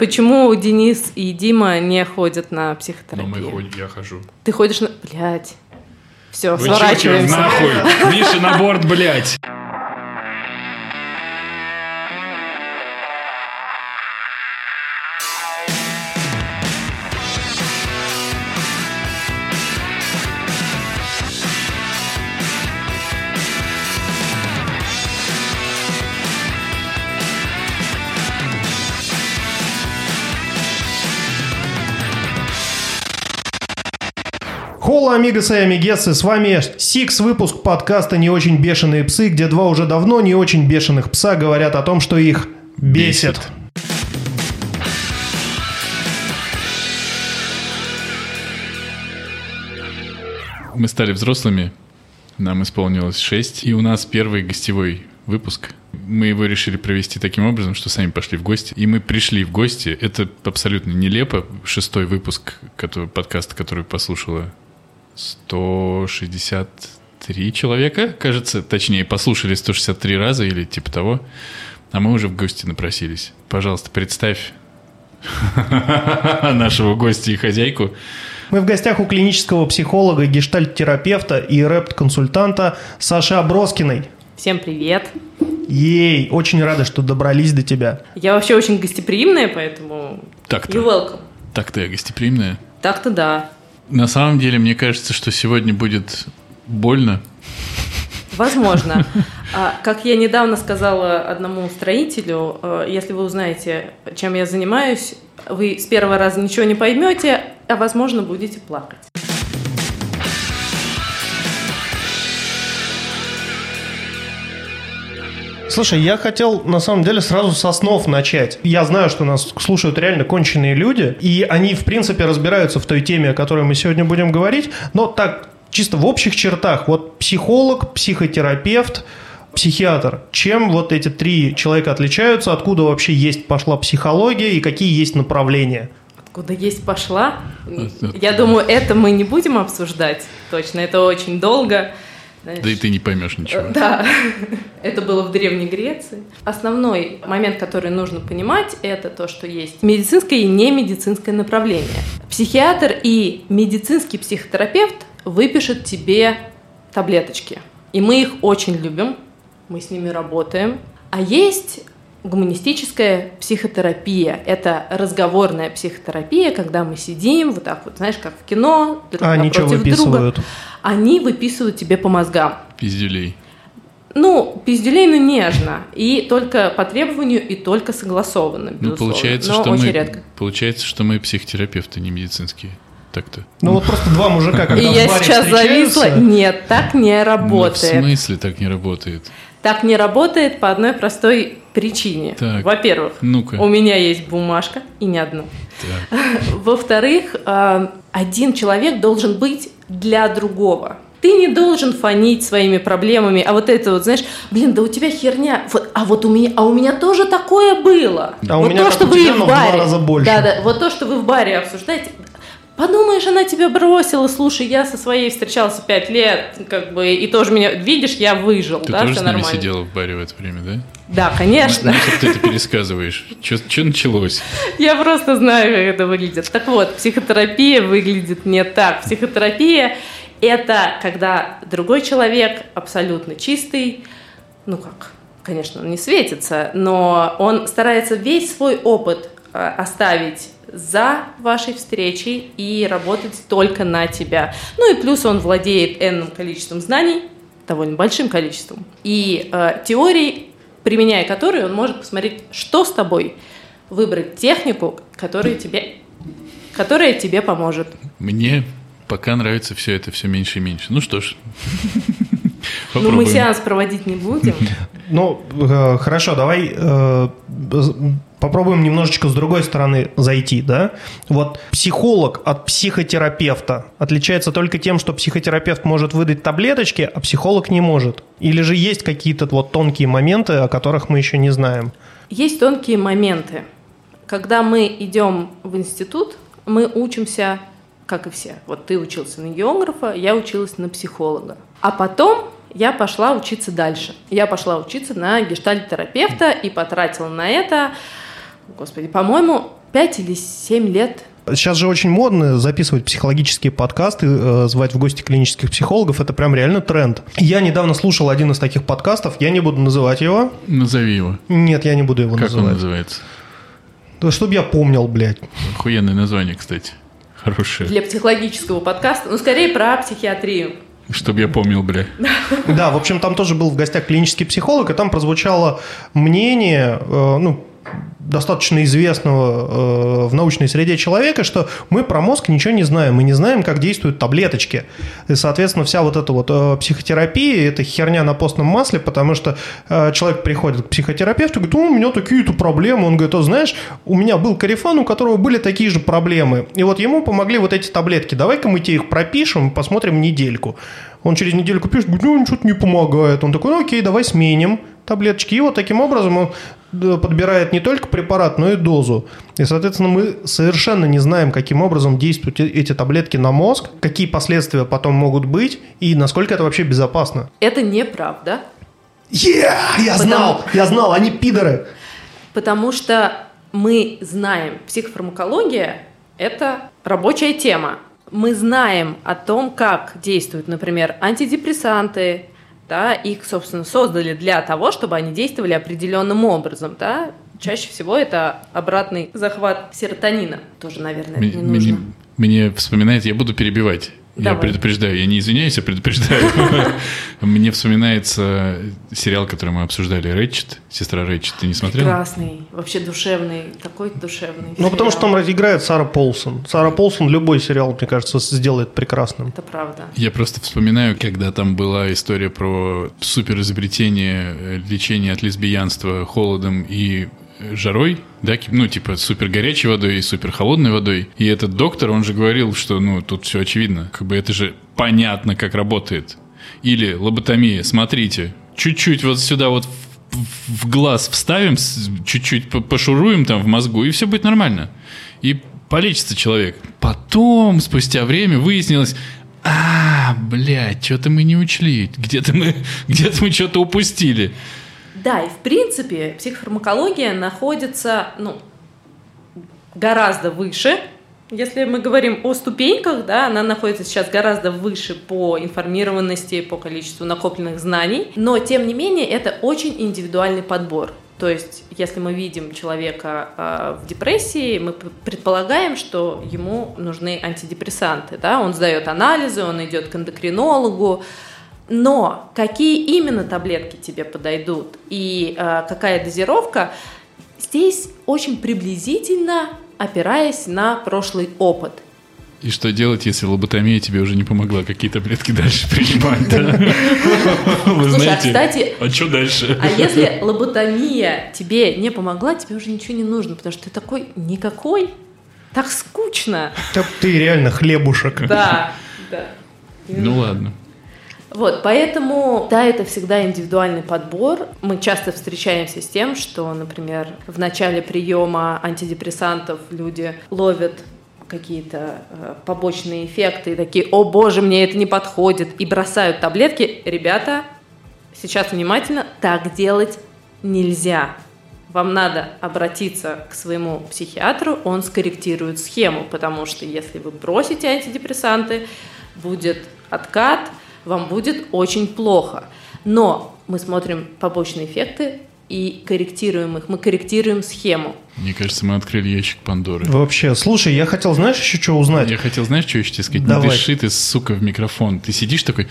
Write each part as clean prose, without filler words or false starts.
Почему Денис и Дима не ходят на психотерапию? Я хожу. Ты ходишь на... Блядь. Все, сворачиваемся. Нахуй. Миша на борт, блядь. Холла, амигосы и амигесы, с вами Сикс, выпуск подкаста «Не очень бешеные псы», где два уже давно не очень бешеных пса говорят о том, что их бесит. Мы стали взрослыми, нам исполнилось 6, и у нас первый гостевой выпуск. Мы его решили провести таким образом, что сами пошли в гости. И мы пришли в гости. Это абсолютно нелепо. 6-й выпуск подкаста, который послушало 163 человека, кажется. Точнее, послушали 163 раза или типа того. А мы уже в гости напросились. Пожалуйста, представь нашего гостя и хозяйку. Мы в гостях у клинического психолога, гештальт-терапевта и рэп-консультанта Саши Аброскиной. Всем привет. Ей, очень рада, что добрались до тебя. Я вообще очень гостеприимная, поэтому Так-то. you're welcome. Так-то я гостеприимная. Так-то да. На самом деле, мне кажется, что сегодня будет больно. Возможно. Как я недавно сказала одному строителю, если вы узнаете, чем я занимаюсь, вы с первого раза ничего не поймете, а, возможно, будете плакать. Слушай, я хотел, на самом деле, сразу со снов начать. Я знаю, что нас слушают реально конченые люди, и они, в принципе, разбираются в той теме, о которой мы сегодня будем говорить, но так, чисто в общих чертах. Вот психолог, психотерапевт, психиатр. Чем вот эти три человека отличаются? Откуда вообще пошла психология и какие есть направления? Откуда пошла? Я думаю, это мы не будем обсуждать точно, это очень долго. Знаешь, да и ты не поймешь ничего. Да, это было в Древней Греции. Основной момент, который нужно понимать, это то, что есть медицинское и немедицинское направление. Психиатр и медицинский психотерапевт выпишут тебе таблеточки. И мы их очень любим, мы с ними работаем. А есть гуманистическая психотерапия. Это разговорная психотерапия, когда мы сидим вот так вот, знаешь, как в кино, друг напротив друга. Они выписывают тебе по мозгам. Пиздюлей. Пиздюлей, нежно. И только по требованию, и только согласованно, безусловно. Получается, что мы психотерапевты, не медицинские. Так-то. Вот просто два мужика, когда в баре встречаются... И я сейчас зависла. Нет, так не работает. В смысле так не работает? Так не работает по одной простой причине. Так, во-первых, у меня есть бумажка, и не одна. Во-вторых, один человек должен быть для другого. Ты не должен фонить своими проблемами, а вот это вот, знаешь, да у тебя херня, у меня тоже такое было. А у меня, как у тебя, но в 2 раза больше. Да, вот то, что вы в баре обсуждаете. Подумаешь, она тебя бросила, слушай, я со своей встречался 5 лет, и тоже меня, видишь, я выжил, ты да, тоже все с нами нормально. сидела в баре в это время, да? Да, конечно. Как ты это пересказываешь? Что началось? Я просто знаю, как это выглядит. Так вот, психотерапия выглядит не так. Психотерапия – это когда другой человек абсолютно чистый, конечно, он не светится, но он старается весь свой опыт оставить за вашей встречей и работать только на тебя. И плюс он владеет энным количеством знаний, довольно большим количеством, и теорий, применяя которые, он может посмотреть, что с тобой, выбрать технику, которая тебе поможет. Мне пока нравится все это все меньше и меньше. Ну что ж, мы сеанс проводить не будем. Хорошо, давай попробуем немножечко с другой стороны зайти, да? Вот психолог от психотерапевта отличается только тем, что психотерапевт может выдать таблеточки, а психолог не может. Или же есть какие-то тонкие моменты, о которых мы еще не знаем? Есть тонкие моменты. Когда мы идем в институт, мы учимся, как и все. Вот ты учился на географа, я училась на психолога. А потом я пошла учиться дальше. Я пошла учиться на гештальт-терапевта и потратила на это, по-моему, 5 или 7 лет. Сейчас же очень модно записывать психологические подкасты, звать в гости клинических психологов. Это прям реально тренд. Я недавно слушал один из таких подкастов. Я не буду называть его. Назови его. Нет, я не буду его называть. Как он называется? Да чтоб я помнил, блядь. Охуенное название, кстати. Хорошее. Для психологического подкаста. Скорее про психиатрию. Чтоб я помнил, бля. Да, в общем, там тоже был в гостях клинический психолог, и там прозвучало мнение, достаточно известного в научной среде человека, что мы про мозг ничего не знаем, мы не знаем, как действуют таблеточки. И, соответственно, вся вот эта вот психотерапия – это херня на постном масле, потому что человек приходит к психотерапевту и говорит: у меня такие-то проблемы. Он говорит: знаешь, у меня был корефан, у которого были такие же проблемы. И вот ему помогли вот эти таблетки. Давай-ка мы тебе их пропишем, посмотрим недельку. Он через недельку пишет, говорит: что-то не помогает. Он такой: окей, давай сменим таблеточки. И вот таким образом он подбирает не только препарат, но и дозу. И, соответственно, мы совершенно не знаем, каким образом действуют эти таблетки на мозг, какие последствия потом могут быть и насколько это вообще безопасно. Это неправда. Я знал, они пидоры. Потому что мы знаем, психофармакология – это рабочая тема. Мы знаем о том, как действуют, например, антидепрессанты. Да, их, собственно, создали для того, чтобы они действовали определенным образом. Да? Чаще всего это обратный захват серотонина. Тоже, наверное, не нужно. Мне вспоминает, я буду перебивать. Давай. Я предупреждаю, я не извиняюсь, я предупреждаю. Мне вспоминается сериал, который мы обсуждали, «Рэтчет», «Сестра Рэтчет». Ты не смотрел? Прекрасный, вообще душевный, такой душевный. Ну, потому что там играет Сара Полсон. Сара Полсон любой сериал, мне кажется, сделает прекрасным. Это правда. Я просто вспоминаю, когда там была история про суперизобретение лечения от лесбиянства холодом и жарой, да, типа супер горячей водой и супер холодной водой. И этот доктор, он же говорил, что, тут все очевидно, это же понятно, как работает. Или лоботомия, смотрите, чуть-чуть вот сюда вот в глаз вставим, чуть-чуть пошуруем там в мозгу, и все будет нормально. И полечится человек. Потом, спустя время, выяснилось: блядь, что-то мы не учли, где-то мы что-то упустили. Да, и в принципе психофармакология находится гораздо выше. Если мы говорим о ступеньках, да, она находится сейчас гораздо выше по информированности, по количеству накопленных знаний. Но, тем не менее, это очень индивидуальный подбор. То есть, если мы видим человека в депрессии, мы предполагаем, что ему нужны антидепрессанты. Да? Он сдает анализы, он идет к эндокринологу. Но какие именно таблетки тебе подойдут и какая дозировка, здесь очень приблизительно, опираясь на прошлый опыт. И что делать, если лоботомия тебе уже не помогла? Какие таблетки дальше принимать? Вы знаете, кстати, а что дальше? А если лоботомия тебе не помогла, тебе уже ничего не нужно, потому что ты такой никакой, так скучно. Ты реально хлебушек. Да. Ну ладно. Вот, поэтому, да, это всегда индивидуальный подбор. Мы часто встречаемся с тем, что, например, в начале приема антидепрессантов люди ловят какие-то побочные эффекты и такие: о боже, мне это не подходит, и бросают таблетки. Ребята, сейчас внимательно, так делать нельзя. Вам надо обратиться к своему психиатру, он скорректирует схему, потому что если вы бросите антидепрессанты, будет откат, вам будет очень плохо. Но мы смотрим побочные эффекты и корректируем их. Мы корректируем схему. Мне кажется, мы открыли ящик Пандоры. Вообще, слушай, я хотел, знаешь, еще что узнать? Я хотел, знаешь, что еще тебе сказать? Давай. Не дыши ты, сука, в микрофон. Ты сидишь такой...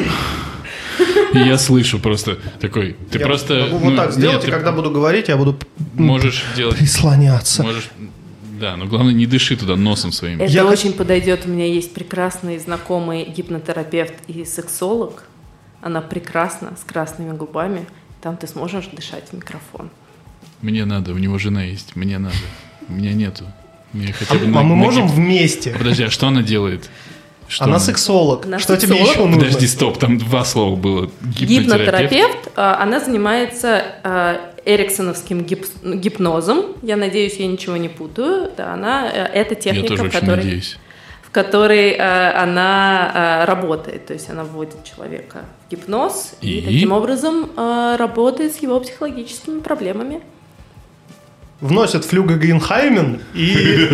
И я слышу просто такой... Ты я просто... могу вот так сделать, и когда буду говорить, я буду можешь делать... прислоняться. Да, но главное, не дыши туда носом своим. Это очень подойдет. У меня есть прекрасный знакомый гипнотерапевт и сексолог. Она прекрасна, с красными губами. Там ты сможешь дышать в микрофон. Мне надо, у него жена есть. Мне надо. У меня нету. Мне хотя бы мы можем вместе? Подожди, а что она делает? Что она сексолог. Она что сексолог? Тебе еще нужно? Подожди, стоп, там два слова было. Гипнотерапевт. Она занимается эриксоновским гипнозом. Я надеюсь, я ничего не путаю. Да, это техника, в которой она работает. То есть она вводит человека в гипноз и таким образом работает с его психологическими проблемами. вносят флюгогенхаймен, и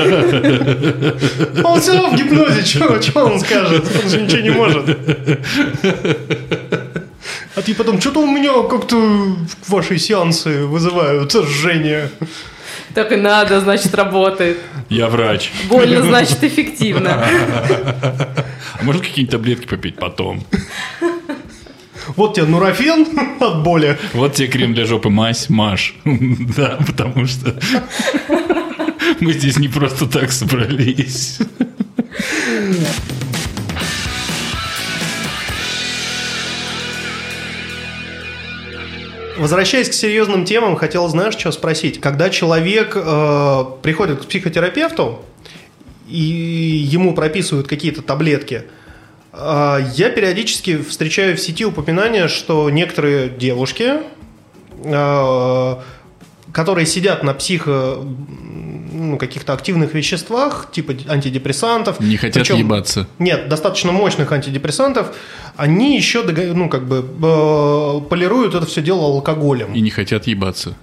он все равно в гипнозе, что он скажет? Он же ничего не может. А ты потом, что-то у меня как-то ваши сеансы вызывают жжение. Так и надо, значит, работает. Я врач. Больно, значит, эффективно. А можно какие-нибудь таблетки попить потом? Вот тебе нурофен от боли. Вот тебе крем для жопы, мазь, маш. Да, потому что мы здесь не просто так собрались. Возвращаясь к серьезным темам, хотел, знаешь, что спросить. Когда человек приходит к психотерапевту, и ему прописывают какие-то таблетки, я периодически встречаю в сети упоминания, что некоторые девушки, которые сидят на каких-то активных веществах, типа антидепрессантов. Не хотят ебаться. Нет, достаточно мощных антидепрессантов, они еще полируют это все дело алкоголем. И не хотят ебаться.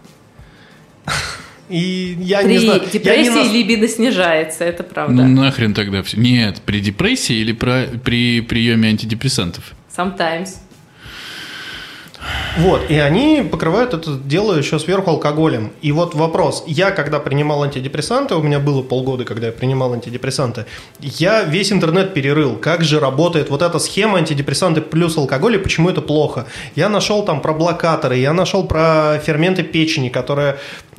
И я при не знаю. депрессии либидо снижается, это правда. Ну нахрен тогда все. Нет, при депрессии или при приеме антидепрессантов? Sometimes. Вот, и они покрывают это дело еще сверху алкоголем. И вот вопрос. Я, когда принимал антидепрессанты, у меня было полгода, когда я принимал антидепрессанты, я весь интернет перерыл, как же работает вот эта схема антидепрессанты плюс алкоголь, и почему это плохо. Я нашел там про блокаторы, я нашел про ферменты печени, которые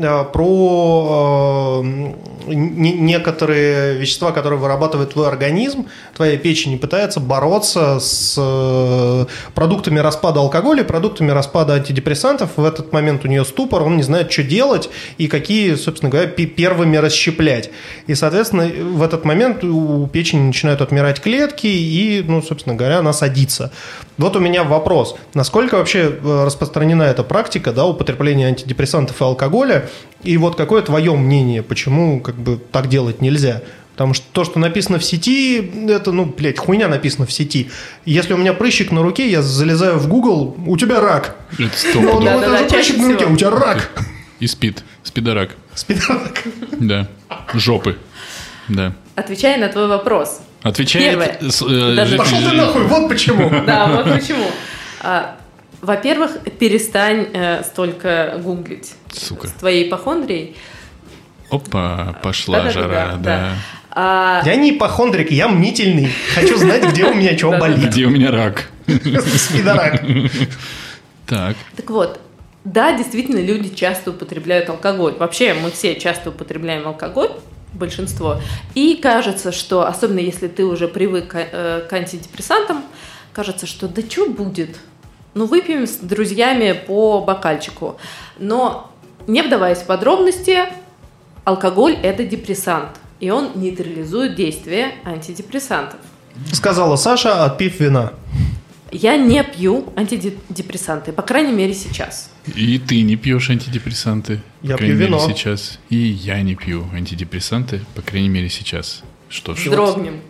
про некоторые вещества, которые вырабатывает твой организм, твоя печень пытается бороться с продуктами распада алкоголя, продуктами распада антидепрессантов. В этот момент у нее ступор, он не знает, что делать и какие, собственно говоря, первыми расщеплять. И, соответственно, в этот момент у печени начинают отмирать клетки и, собственно говоря, она садится. Вот у меня вопрос. Насколько вообще распространена эта практика, употребления антидепрессантов и алкоголя? И вот какое твое мнение, почему так делать нельзя? Потому что то, что написано в сети, это, хуйня написана в сети. Если у меня прыщик на руке, я залезаю в Google, у тебя рак. Это стопудово. Это же прыщик на руке, у тебя рак. И спидорак. Спидорак. Да. Жопы. Да. Отвечая на твой вопрос. Отвечает... Пошел ты нахуй, вот почему. Да, вот почему. Во-первых, перестань столько гуглить. Сука. С твоей ипохондрией. Опа, пошла жара, да. Я не ипохондрик, я мнительный. Хочу знать, где у меня что болит. Где у меня рак. Спидорак. Так. Так вот, да, действительно, люди часто употребляют алкоголь. Вообще, мы все часто употребляем алкоголь, большинство. И кажется, что, особенно если ты уже привык к антидепрессантам, кажется, что да что будет? Выпьем с друзьями по бокальчику. Но, не вдаваясь в подробности, алкоголь – это депрессант, и он нейтрализует действие антидепрессантов. Сказала Саша, отпив вина. Я не пью антидепрессанты, по крайней мере, сейчас. И ты не пьешь антидепрессанты, я по крайней пью мере, вино. сейчас. И я не пью антидепрессанты, по крайней мере, сейчас. Что ж. Вздрогнем.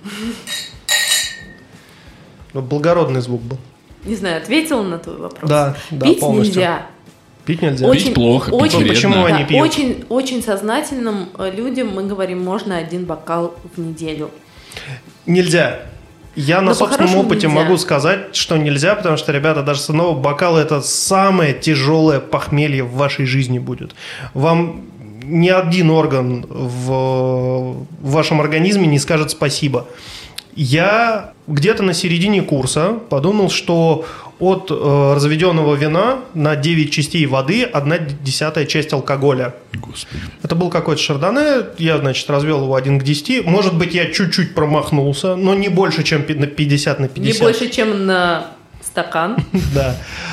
Благородный звук был. Не знаю, ответила на твой вопрос? Да, Пить полностью. нельзя. Пить нельзя. Пить плохо, пить вредно. Почему они пьют? Очень сознательным людям мы говорим, можно 1 бокал в неделю. Нельзя. Я на собственном опыте нельзя. могу сказать, что нельзя, потому что, ребята, даже с одного бокала это самое тяжелое похмелье в вашей жизни будет. Вам ни один орган в вашем организме не скажет спасибо. Я где-то на середине курса подумал, что от разведенного вина на 9 частей воды 1/10 часть алкоголя. Господи. Это был какой-то шардоне, я, развел его 1 к 10. Может быть, я чуть-чуть промахнулся, но не больше, чем на 50 на 50. Не больше, чем на стакан. Да.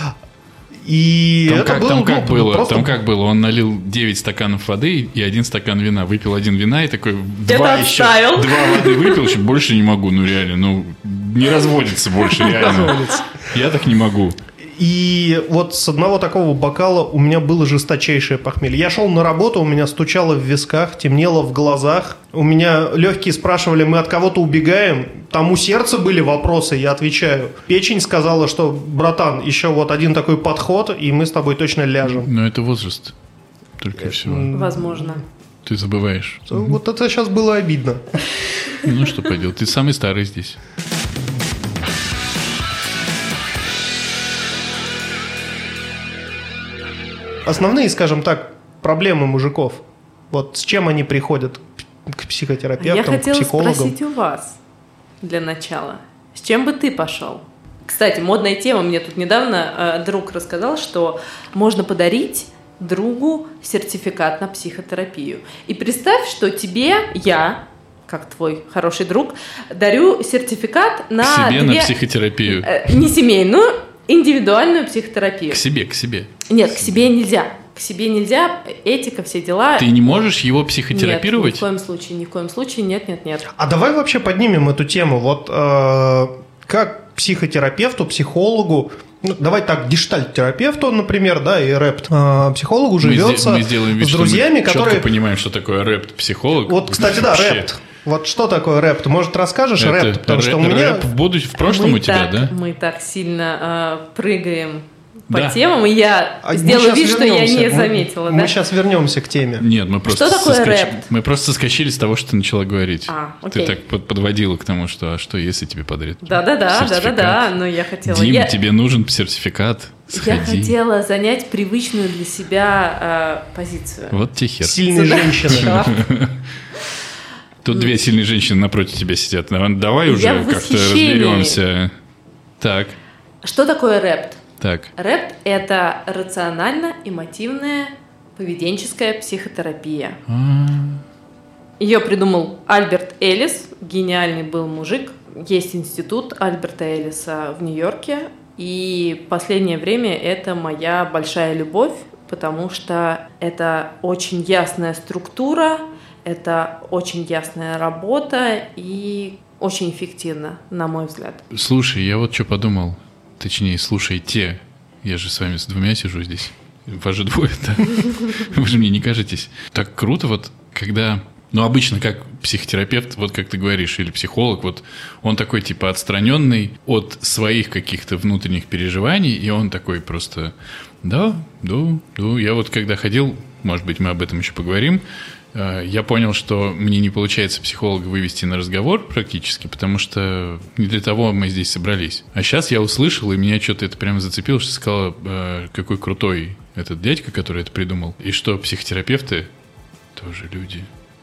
И Там как было? Он налил 9 стаканов воды и 1 стакан вина. Выпил 1 вина и такой... 2 отставил. воды выпил, еще больше не могу. Реально, не разводится больше, реально. Я так не могу. И вот с одного такого бокала у меня было жесточайшее похмелье. Я шел на работу, у меня стучало в висках, темнело в глазах. У меня легкие спрашивали, мы от кого-то убегаем? Там у сердца были вопросы, я отвечаю. Печень сказала, что, братан, еще вот 1 такой подход, и мы с тобой точно ляжем. Но это возраст. Только и всего. Возможно. Ты забываешь. Вот это сейчас было обидно. Ну, что поделать, ты самый старый здесь. Основные, скажем так, проблемы мужиков. Вот с чем они приходят к психотерапевтам, Я к хотела психологам? спросить у вас для начала. С чем бы ты пошел? Кстати, модная тема. Мне тут недавно друг рассказал, что можно подарить другу сертификат на психотерапию. И представь, что тебе я, как твой хороший друг, дарю сертификат на К себе на психотерапию. Не семейную, индивидуальную психотерапию. К себе. Нет, к себе нельзя. К себе нельзя, этика, все дела. Ты не можешь его психотерапировать? Нет, ни в коем случае, нет. А давай вообще поднимем эту тему. Вот как психотерапевту, психологу, ну, давай так, гештальт-терапевту, например, да, и рэпт-психологу живется мы сделаем вид, с друзьями, что мы которые... четко понимаем, что такое рэпт-психолог. Вот, кстати, да, Вообще. рэпт. Вот что такое рэп? Ты, может, расскажешь Это рэп? Потому что у меня... рэп в прошлом у тебя, да? Мы так сильно прыгаем по Да. темам, и я Мы сделаю щас вид, что я вернемся. не заметила, Мы да? сейчас вернемся к теме. Нет, мы просто Что такое рэп? Мы просто соскочили с того, что ты начала говорить. Окей. Ты так подводила к тому, что а что, если тебе подарят Да, но я хотела... Дим, тебе нужен сертификат. Я Сходи. хотела занять привычную для себя позицию. Вот тебе хер. Сильные женщины. Тут две сильные женщины напротив тебя сидят. Давай Я уже в как-то восхищении. разберемся. Так. Что такое рэп? Так. рэп – это рационально-эмотивная поведенческая психотерапия. Ее придумал Альберт Эллис, гениальный был мужик. Есть институт Альберта Эллиса в Нью-Йорке. И в последнее время это моя большая любовь, потому что это очень ясная структура, это очень ясная работа и очень эффективно, на мой взгляд. Слушай, я вот что подумал. Точнее, слушайте. Я же с вами с двумя сижу здесь. Вас же двое, да? Вы же мне не кажетесь. Так круто вот, когда... Ну, обычно как психотерапевт, вот как ты говоришь, или психолог, вот он такой типа отстраненный от своих каких-то внутренних переживаний, и он такой просто, да. Я вот когда ходил, может быть, мы об этом еще поговорим, я понял, что мне не получается психолога вывести на разговор практически, потому что не для того мы здесь собрались. А сейчас я услышал, и меня что-то это прямо зацепило, что сказала, какой крутой этот дядька, который это придумал, и что психотерапевты тоже люди.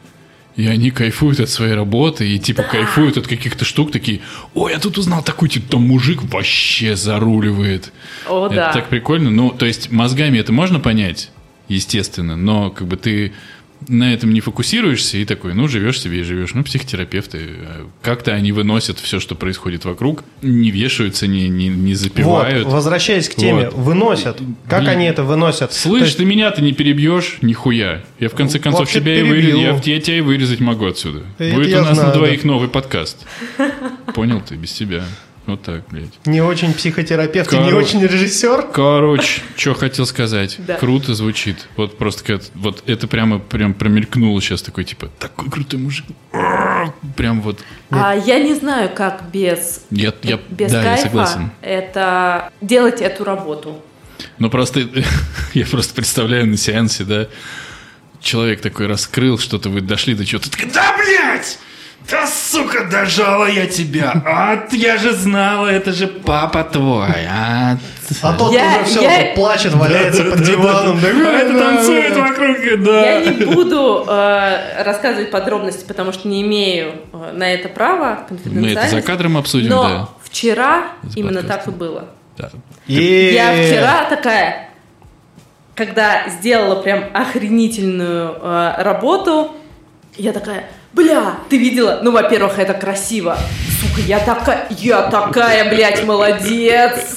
И они кайфуют от своей работы, и типа кайфуют от каких-то штук, такие, ой, я тут узнал такой, типа, там мужик вообще заруливает. О, это да. так прикольно. Ну, то есть мозгами это можно понять, естественно, но как бы ты на этом не фокусируешься и такой, ну, живешь себе и живешь. Ну, психотерапевты, как-то они выносят все, что происходит вокруг, не вешаются, не запивают. Вот, возвращаясь к теме, Вот. выносят. Как они это выносят? Слышь, То есть- ты меня-то не перебьешь, нихуя. Я в конце концов Вообще тебя и перебил. вырежу. Я тебя и вырезать могу отсюда. Это Будет я у нас знаю, на двоих да. новый подкаст. Понял ты, без тебя. Вот так, блядь. Не очень психотерапевт и не Короче. очень режиссер. Короче, что хотел сказать. Да. Круто звучит. Вот просто как вот это прям промелькнуло сейчас такой, типа, такой крутой мужик. Прям вот. А я не знаю, как без Я кайфа согласен. это делать эту работу. Ну, просто я просто представляю на сеансе, да, человек такой раскрыл что-то, вы дошли до чего-то, такой, да, блядь! Да, сука, дожала я тебя! А, я же знала, это же папа твой, а... А тот Я- уже все, я- плачет, валяется под диваном. А это танцует вокруг, да. Я не буду рассказывать подробности, потому что не имею на это права, Мы это конфиденциальность. за кадром обсудим, Но да. вчера За именно подкастом. так и было. Да. Я вчера такая, когда сделала прям охренительную работу, я такая, бля, ты видела? Ну, во-первых, это красиво. Сука, я такая, блядь, молодец.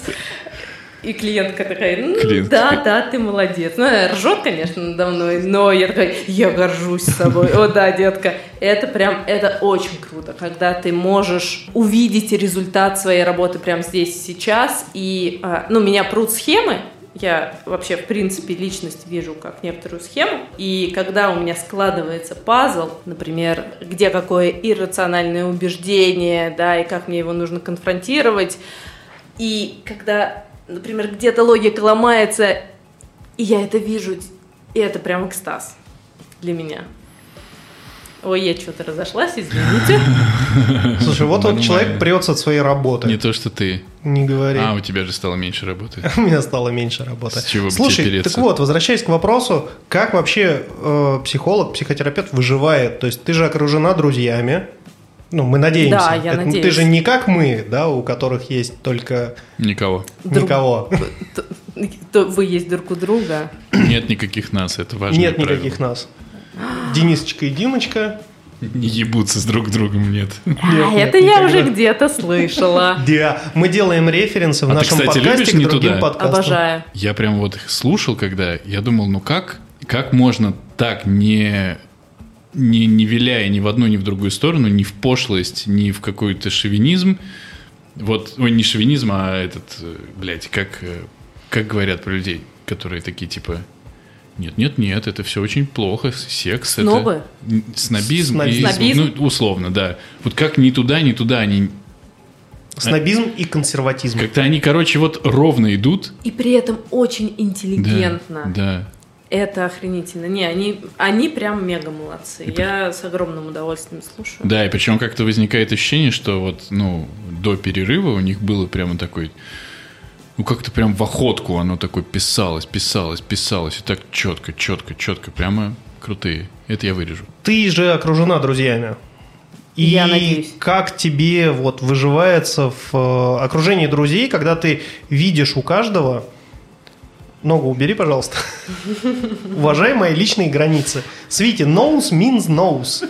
И клиентка такая, ну, Клиентка. да, ты молодец. Ну, она ржет, конечно, надо мной, но я такая, я горжусь собой. О, да, детка. Это очень круто, когда ты можешь увидеть результат своей работы прямо здесь, сейчас. И, ну, меня прут схемы. Я вообще, в принципе, личность вижу как некоторую схему. И когда у меня складывается пазл, например, где какое иррациональное убеждение, да, и как мне его нужно конфронтировать, и когда, например, где-то логика ломается, и я это вижу, И это прям экстаз для меня. Ой, я что-то разошлась, извините. Слушай, вот человек прется от своей работы. Не то, что ты. Не говори. У тебя же стало меньше работы. У меня стало меньше работы. С чего бы тебе Слушай, переться? так вот, возвращаясь к вопросу, как вообще психолог, психотерапевт выживает? То есть ты же окружена друзьями. Ну, мы надеемся. Да, я надеюсь. Ты же не как мы, да, у которых есть только... Никого. Никого. Вы есть друг у друга. Нет никаких нас, это важно. Нет никаких нас. Денисочка и Димочка. Не ебутся с друг другом, нет. Это я уже где-то слышала. Да, мы делаем референсы в А ты, нашем кстати, подкасте любишь к «Не другим туда»? подкастам. Обожаю. Я прям вот их слушал, когда я думал, ну как можно так не виляя ни в одну, ни в другую сторону, ни в пошлость, ни в какой-то шовинизм. Вот, не шовинизм, а этот, блядь, как говорят про людей, которые такие типа... Нет, это все очень плохо, секс, Снобы? это снобизм. Снобизм? Ну, условно, да. Вот как ни туда, они... Снобизм и консерватизм. Как-то они, короче, вот ровно идут. И при этом очень интеллигентно. Да. Это охренительно. Не, они прям мега молодцы. Я с огромным удовольствием слушаю. Да, и причем как-то возникает ощущение, что вот, до перерыва у них было прямо такой... как-то прям в охотку оно такое писалось. И так четко. Прямо крутые. Это я вырежу. Ты же окружена друзьями. И я надеюсь. Как тебе вот выживается в окружении друзей, когда ты видишь у каждого... Ногу убери, пожалуйста. Уважай мои личные границы. Свити, nose means nose.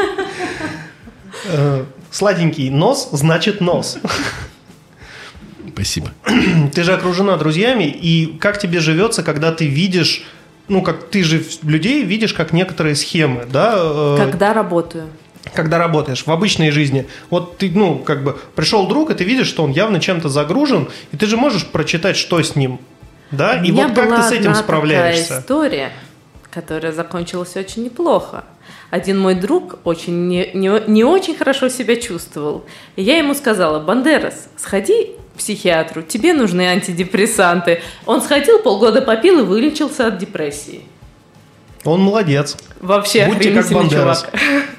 Сладенький нос значит нос. Спасибо. Ты же окружена друзьями, и как тебе живется, когда ты видишь, как ты же людей видишь как некоторые схемы, да? Когда работаю. Когда работаешь в обычной жизни. Вот ты, пришел друг, и ты видишь, что он явно чем-то загружен, и ты же можешь прочитать, что с ним, да? И вот как ты с этим справляешься? Такая история, которая закончилась очень неплохо. Один мой друг очень не очень хорошо себя чувствовал. И я ему сказала: Бандерас, сходи к психиатру, тебе нужны антидепрессанты. Он сходил, полгода попил и вылечился от депрессии. Он молодец. Вообще Будьте как охренительный Бандерас. чувак.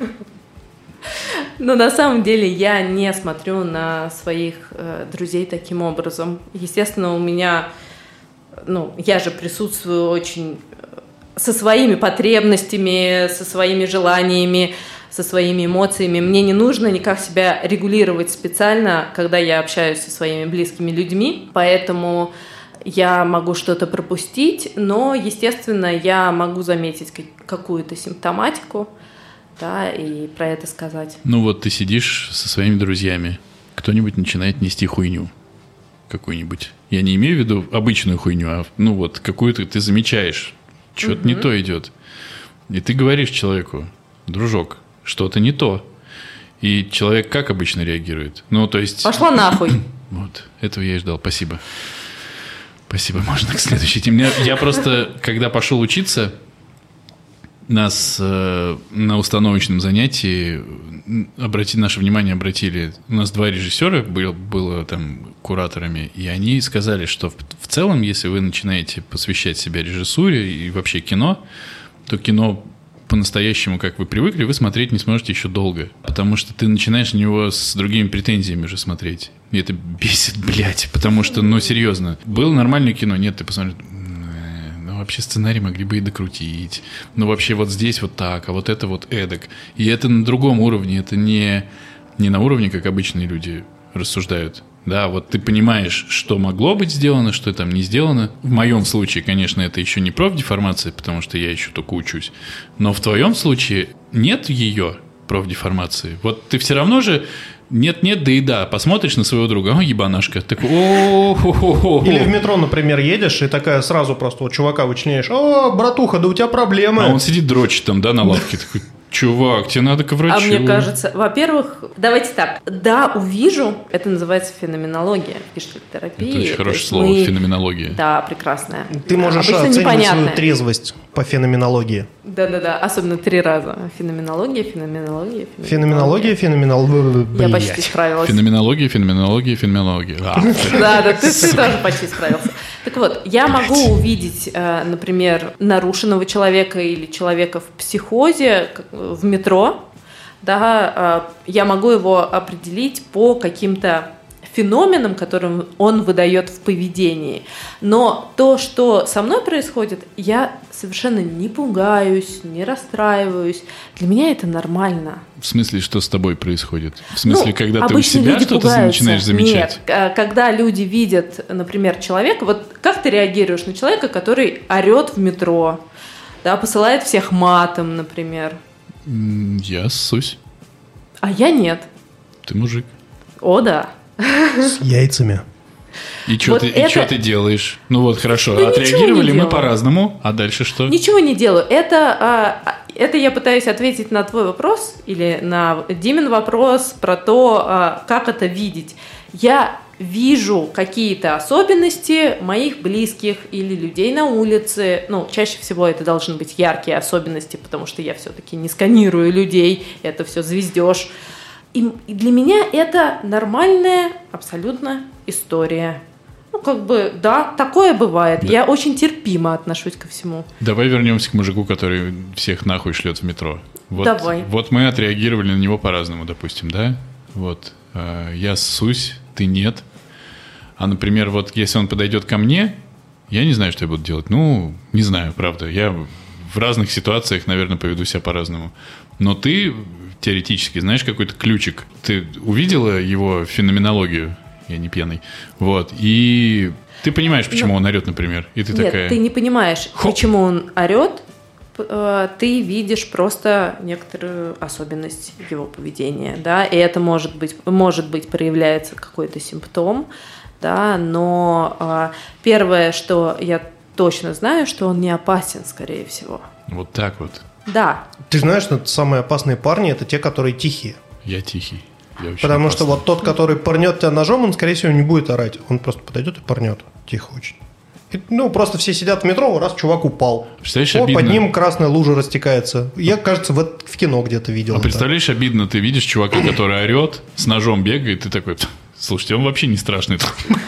Но на самом деле я не смотрю на своих друзей таким образом. Естественно, у меня... я же присутствую очень со своими потребностями, со своими желаниями, со своими эмоциями. Мне не нужно никак себя регулировать специально, когда я общаюсь со своими близкими людьми, поэтому я могу что-то пропустить, но, естественно, я могу заметить какую-то симптоматику, да, и про это сказать. Вот ты сидишь со своими друзьями, кто-нибудь начинает нести хуйню какую-нибудь. Я не имею в виду обычную хуйню, а какую-то ты замечаешь, что-то не то идет. И ты говоришь человеку: дружок, что-то не то. И человек как обычно реагирует? То есть... Пошла нахуй. Вот, этого я и ждал. Спасибо. Спасибо, можно к следующей теме. Я просто, когда пошел учиться, нас на установочном занятии наше внимание обратили. У нас 2 режиссера было там кураторами, и они сказали, что в целом, если вы начинаете посвящать себя режиссуре и вообще кино, то кино по-настоящему, как вы привыкли, вы смотреть не сможете еще долго. Потому что ты начинаешь на него с другими претензиями уже смотреть. И это бесит, блядь. Потому что, серьезно. Было нормальное кино? Нет, ты посмотришь... Вообще сценарий могли бы и докрутить. Вообще вот здесь вот так, а вот это вот эдак. И это на другом уровне. Это не на уровне, как обычные люди рассуждают. Да, вот ты понимаешь, что могло быть сделано, что там не сделано. В моем случае, конечно, это еще не профдеформация, потому что я еще только учусь. Но в твоем случае нет ее профдеформации. Вот ты все равно же... Нет-нет, да и да. Посмотришь на своего друга, ебанашка. Такой, Или в метро, например, едешь, и такая сразу просто чувака вычленяешь: о, братуха, да у тебя проблемы. А он сидит, дрочит там, да, на лавке. Такой: чувак, тебе надо к врачу. А мне кажется, во-первых, давайте так. Да, увижу, это называется феноменология, гештальт-терапия. Это очень хорошее слово, феноменология. Да, прекрасное. Ты можешь обычно оценивать непонятное. свою трезвость по феноменологии. Да-да-да, особенно 3 раза. Феноменология. Я почти справилась. Феноменология. Да, ты тоже почти справился. Так вот, я могу увидеть, например, нарушенного человека или человека в психозе в метро, да, я могу его определить по каким-то феноменам, которым он выдает в поведении. Но то, что со мной происходит, я совершенно не пугаюсь, не расстраиваюсь. Для меня это нормально. В смысле, что с тобой происходит? В смысле, когда ты у обычно себя люди что-то пугаются. начинаешь замечать? Нет, когда люди видят, например, человека, вот как ты реагируешь на человека, который орет в метро, да, посылает всех матом, например? Я ссусь. А я нет. Ты мужик. О, да. С яйцами. И что Вот ты делаешь? Ну вот, хорошо. Да Отреагировали мы делаю. по-разному. А дальше что? Ничего не делаю. Это я пытаюсь ответить на твой вопрос или на Димин вопрос про то, как это видеть. Я вижу какие-то особенности моих близких или людей на улице. Ну, чаще всего это должны быть яркие особенности, потому что я все-таки не сканирую людей. Это все звездеж. И для меня это нормальная абсолютно история. Ну, как бы, да, такое бывает. Да. Я очень терпимо отношусь ко всему. Давай вернемся к мужику, который всех нахуй шлет в метро. Вот, давай. Вот мы отреагировали на него по-разному, допустим, да? Вот. Я ссусь, ты нет. А, например, вот если он подойдет ко мне, я не знаю, что я буду делать. Ну, не знаю, правда. Я в разных ситуациях, наверное, поведу себя по-разному. Но ты теоретически знаешь какой-то ключик. Ты увидела его феноменологию? Я не пьяный. Вот. И ты понимаешь, почему он орет, например. И ты нет, такая... ты не понимаешь, почему он орет. Ты видишь просто некоторую особенность его поведения, да, и это может быть проявляется какой-то симптом, да, но первое, что я точно знаю, что он не опасен, скорее всего. Вот так вот. Да. Ты знаешь, что самые опасные парни – это те, которые тихие. Я тихий. Потому что вот тот, который пырнет тебя ножом, он, скорее всего, не будет орать. Он просто подойдет и пырнет. Тихо очень. И, просто все сидят в метро, раз чувак упал. Представляешь, под ним красная лужа растекается. Я, кажется, в кино где-то видел. А представляешь, обидно, ты видишь чувака, который орет, с ножом бегает, и ты такой, слушайте, он вообще не страшный.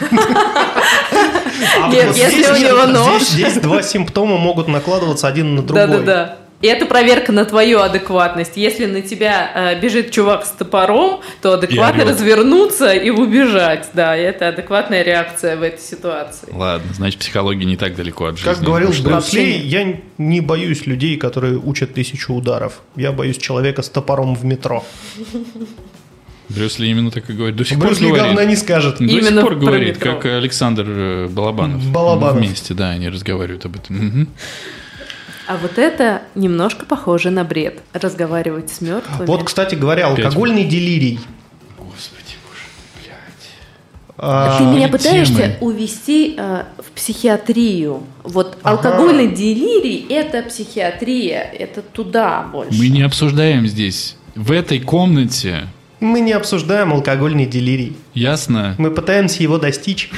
Нет, если у него нож... Здесь два симптома могут накладываться один на другой. Да-да-да. И это проверка на твою адекватность. Если на тебя бежит чувак с топором, то адекватно развернуться и убежать. Да, и это адекватная реакция в этой ситуации. Ладно, значит, психология не так далеко от жизни. Как говорил Брюс Ли, я не боюсь людей, которые учат 1000 ударов. Я боюсь человека с топором в метро. Брюс Ли именно так и говорит. До сих Брюс пор Ли говна не скажет. До сих пор говорит, как Александр Балабанов. Вместе, да, они разговаривают об этом. Угу. А вот это немножко похоже на бред. Разговаривать с мертвыми. Вот, кстати говоря, алкогольный делирий. Господи, боже, блядь. Ты меня пытаешься увести в психиатрию. Вот алкогольный делирий – это психиатрия. Это туда больше. Мы не обсуждаем здесь, в этой комнате. Мы не обсуждаем алкогольный делирий. Ясно? Мы пытаемся его достичь.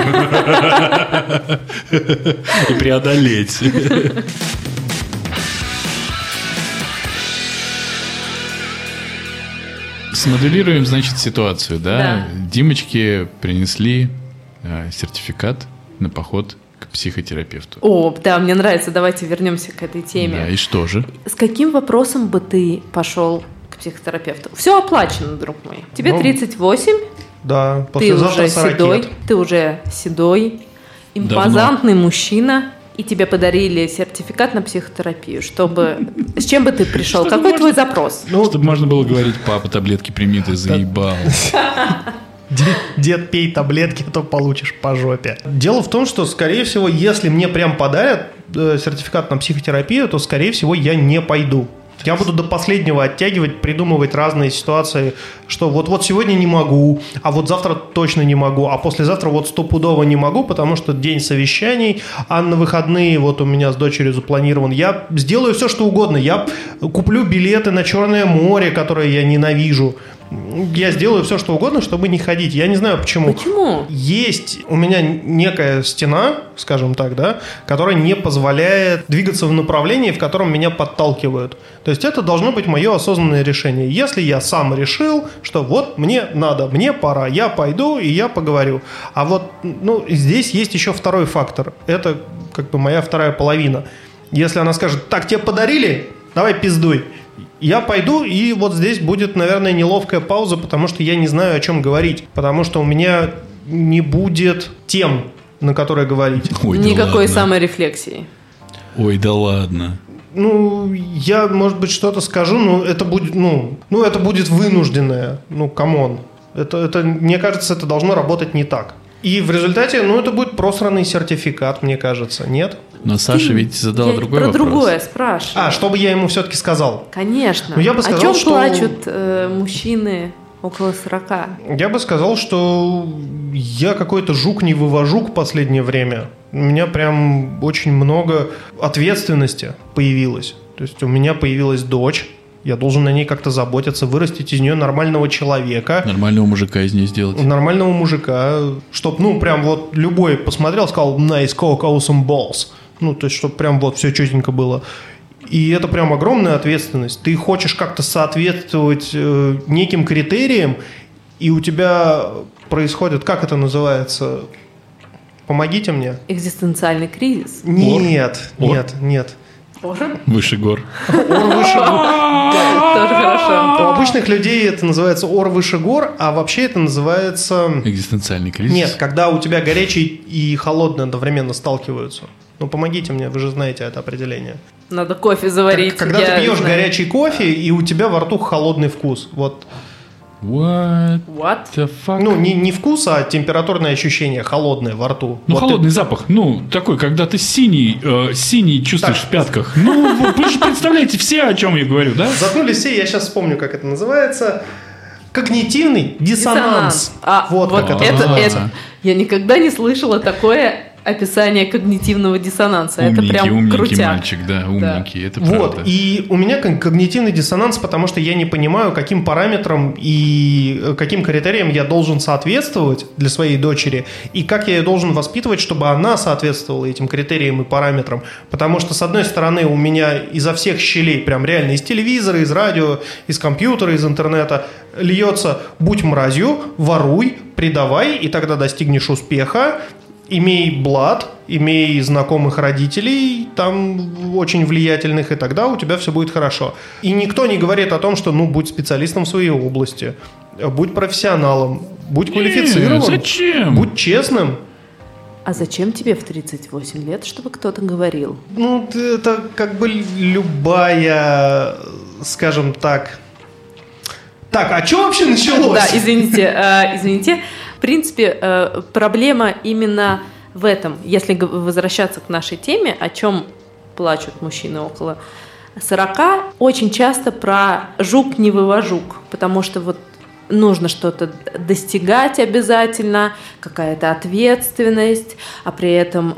И преодолеть. Смоделируем, значит, ситуацию, да? Да. Димочке принесли сертификат на поход к психотерапевту. О, да, мне нравится. Давайте вернемся к этой теме. Да, и что же? С каким вопросом бы ты пошел к психотерапевту? Все оплачено, друг мой. Тебе 38. Да, ты уже 40 седой. лет. Ты уже седой, импозантный мужчина. И тебе подарили сертификат на психотерапию, чтобы... С чем бы ты пришел? Какой твой запрос? Чтобы можно было говорить: папа, таблетки прими, ты заебал. Дед, пей таблетки, а то получишь по жопе. Дело в том, что, скорее всего, если мне прям подарят сертификат на психотерапию, то, скорее всего, я не пойду. Я буду до последнего оттягивать, придумывать разные ситуации, что вот сегодня не могу, а вот завтра точно не могу, а послезавтра вот стопудово не могу, потому что день совещаний, а на выходные вот у меня с дочерью запланирован. Я сделаю все, что угодно. Я куплю билеты на Черное море, которое я ненавижу. я сделаю все, что угодно, чтобы не ходить. Я не знаю, почему. Почему? Есть у меня некая стена, скажем так, да, которая не позволяет двигаться в направлении, в котором меня подталкивают. То есть это должно быть мое осознанное решение. Если я сам решил, что вот мне надо, мне пора, я пойду и я поговорю. А вот здесь есть еще второй фактор. Это как бы моя вторая половина. Если она скажет: так, тебе подарили, давай пиздуй. Я пойду, и вот здесь будет, наверное, неловкая пауза, потому что я не знаю, о чем говорить. Потому что у меня не будет тем, на которые говорить. Ой, да Никакой ладно. саморефлексии. Ой, да ладно. Я, может быть, что-то скажу, но это будет, это будет вынужденное. Камон. Это, мне кажется, это должно работать не так. И в результате, это будет просранный сертификат, мне кажется, нет? Но Саша ведь задала другой про вопрос. другое спрашиваю. Что бы я ему все-таки сказал? Конечно. Я бы сказал, о чем что... плачут мужчины около 40? Я бы сказал, что я какой-то жук не вывожу в последнее время. У меня прям очень много ответственности появилось. То есть у меня появилась дочь. Я должен на ней как-то заботиться, вырастить из нее нормального человека. Нормального мужика из нее сделать. Нормального мужика. Чтоб, прям вот любой посмотрел, сказал: nice cock, awesome balls. То есть, чтобы прям вот все четенько было. И это прям огромная ответственность. Ты хочешь как-то соответствовать неким критериям, и у тебя происходит, как это называется? Помогите мне. Экзистенциальный кризис. Нет. Выше гор. Ор выше гор. Тоже хорошо. У обычных людей это называется ор выше гор, а вообще это называется... Экзистенциальный кризис. Нет, когда у тебя горячий и холодный одновременно сталкиваются. Помогите мне, вы же знаете это определение. Надо кофе заварить. Когда ты пьешь горячий кофе, и у тебя во рту холодный вкус. Вот. What the fuck? Не вкус, а температурное ощущение, холодное во рту. Холодный запах. Такой, когда ты синий чувствуешь в пятках. Вы же представляете все, о чем я говорю, да? Заткнулись все, я сейчас вспомню, как это называется. Когнитивный диссонанс. Вот как это называется. Я никогда не слышала такое описание когнитивного диссонанса. Это прям умненький крутяк. мальчик, да, умненький, это правда. И у меня когнитивный диссонанс, потому что я не понимаю, каким параметрам и каким критериям я должен соответствовать для своей дочери, и как я ее должен воспитывать, чтобы она соответствовала этим критериям и параметрам. Потому что, с одной стороны, у меня изо всех щелей, прям реально из телевизора, из радио, из компьютера, из интернета льется: будь мразью, воруй, предавай, и тогда достигнешь успеха. Имей блат, имей знакомых родителей, там очень влиятельных, и тогда у тебя все будет хорошо. И никто не говорит о том, что будь специалистом в своей области, будь профессионалом, будь квалифицированным, зачем? Будь честным. А зачем тебе в 38 лет, чтобы кто-то говорил? Это как бы любая, скажем так... Так, а что вообще началось? Да, извините. В принципе, проблема именно в этом. Если возвращаться к нашей теме, о чем плачут мужчины около 40, очень часто про жук не вывожук, потому что вот нужно что-то достигать обязательно, какая-то ответственность, а при этом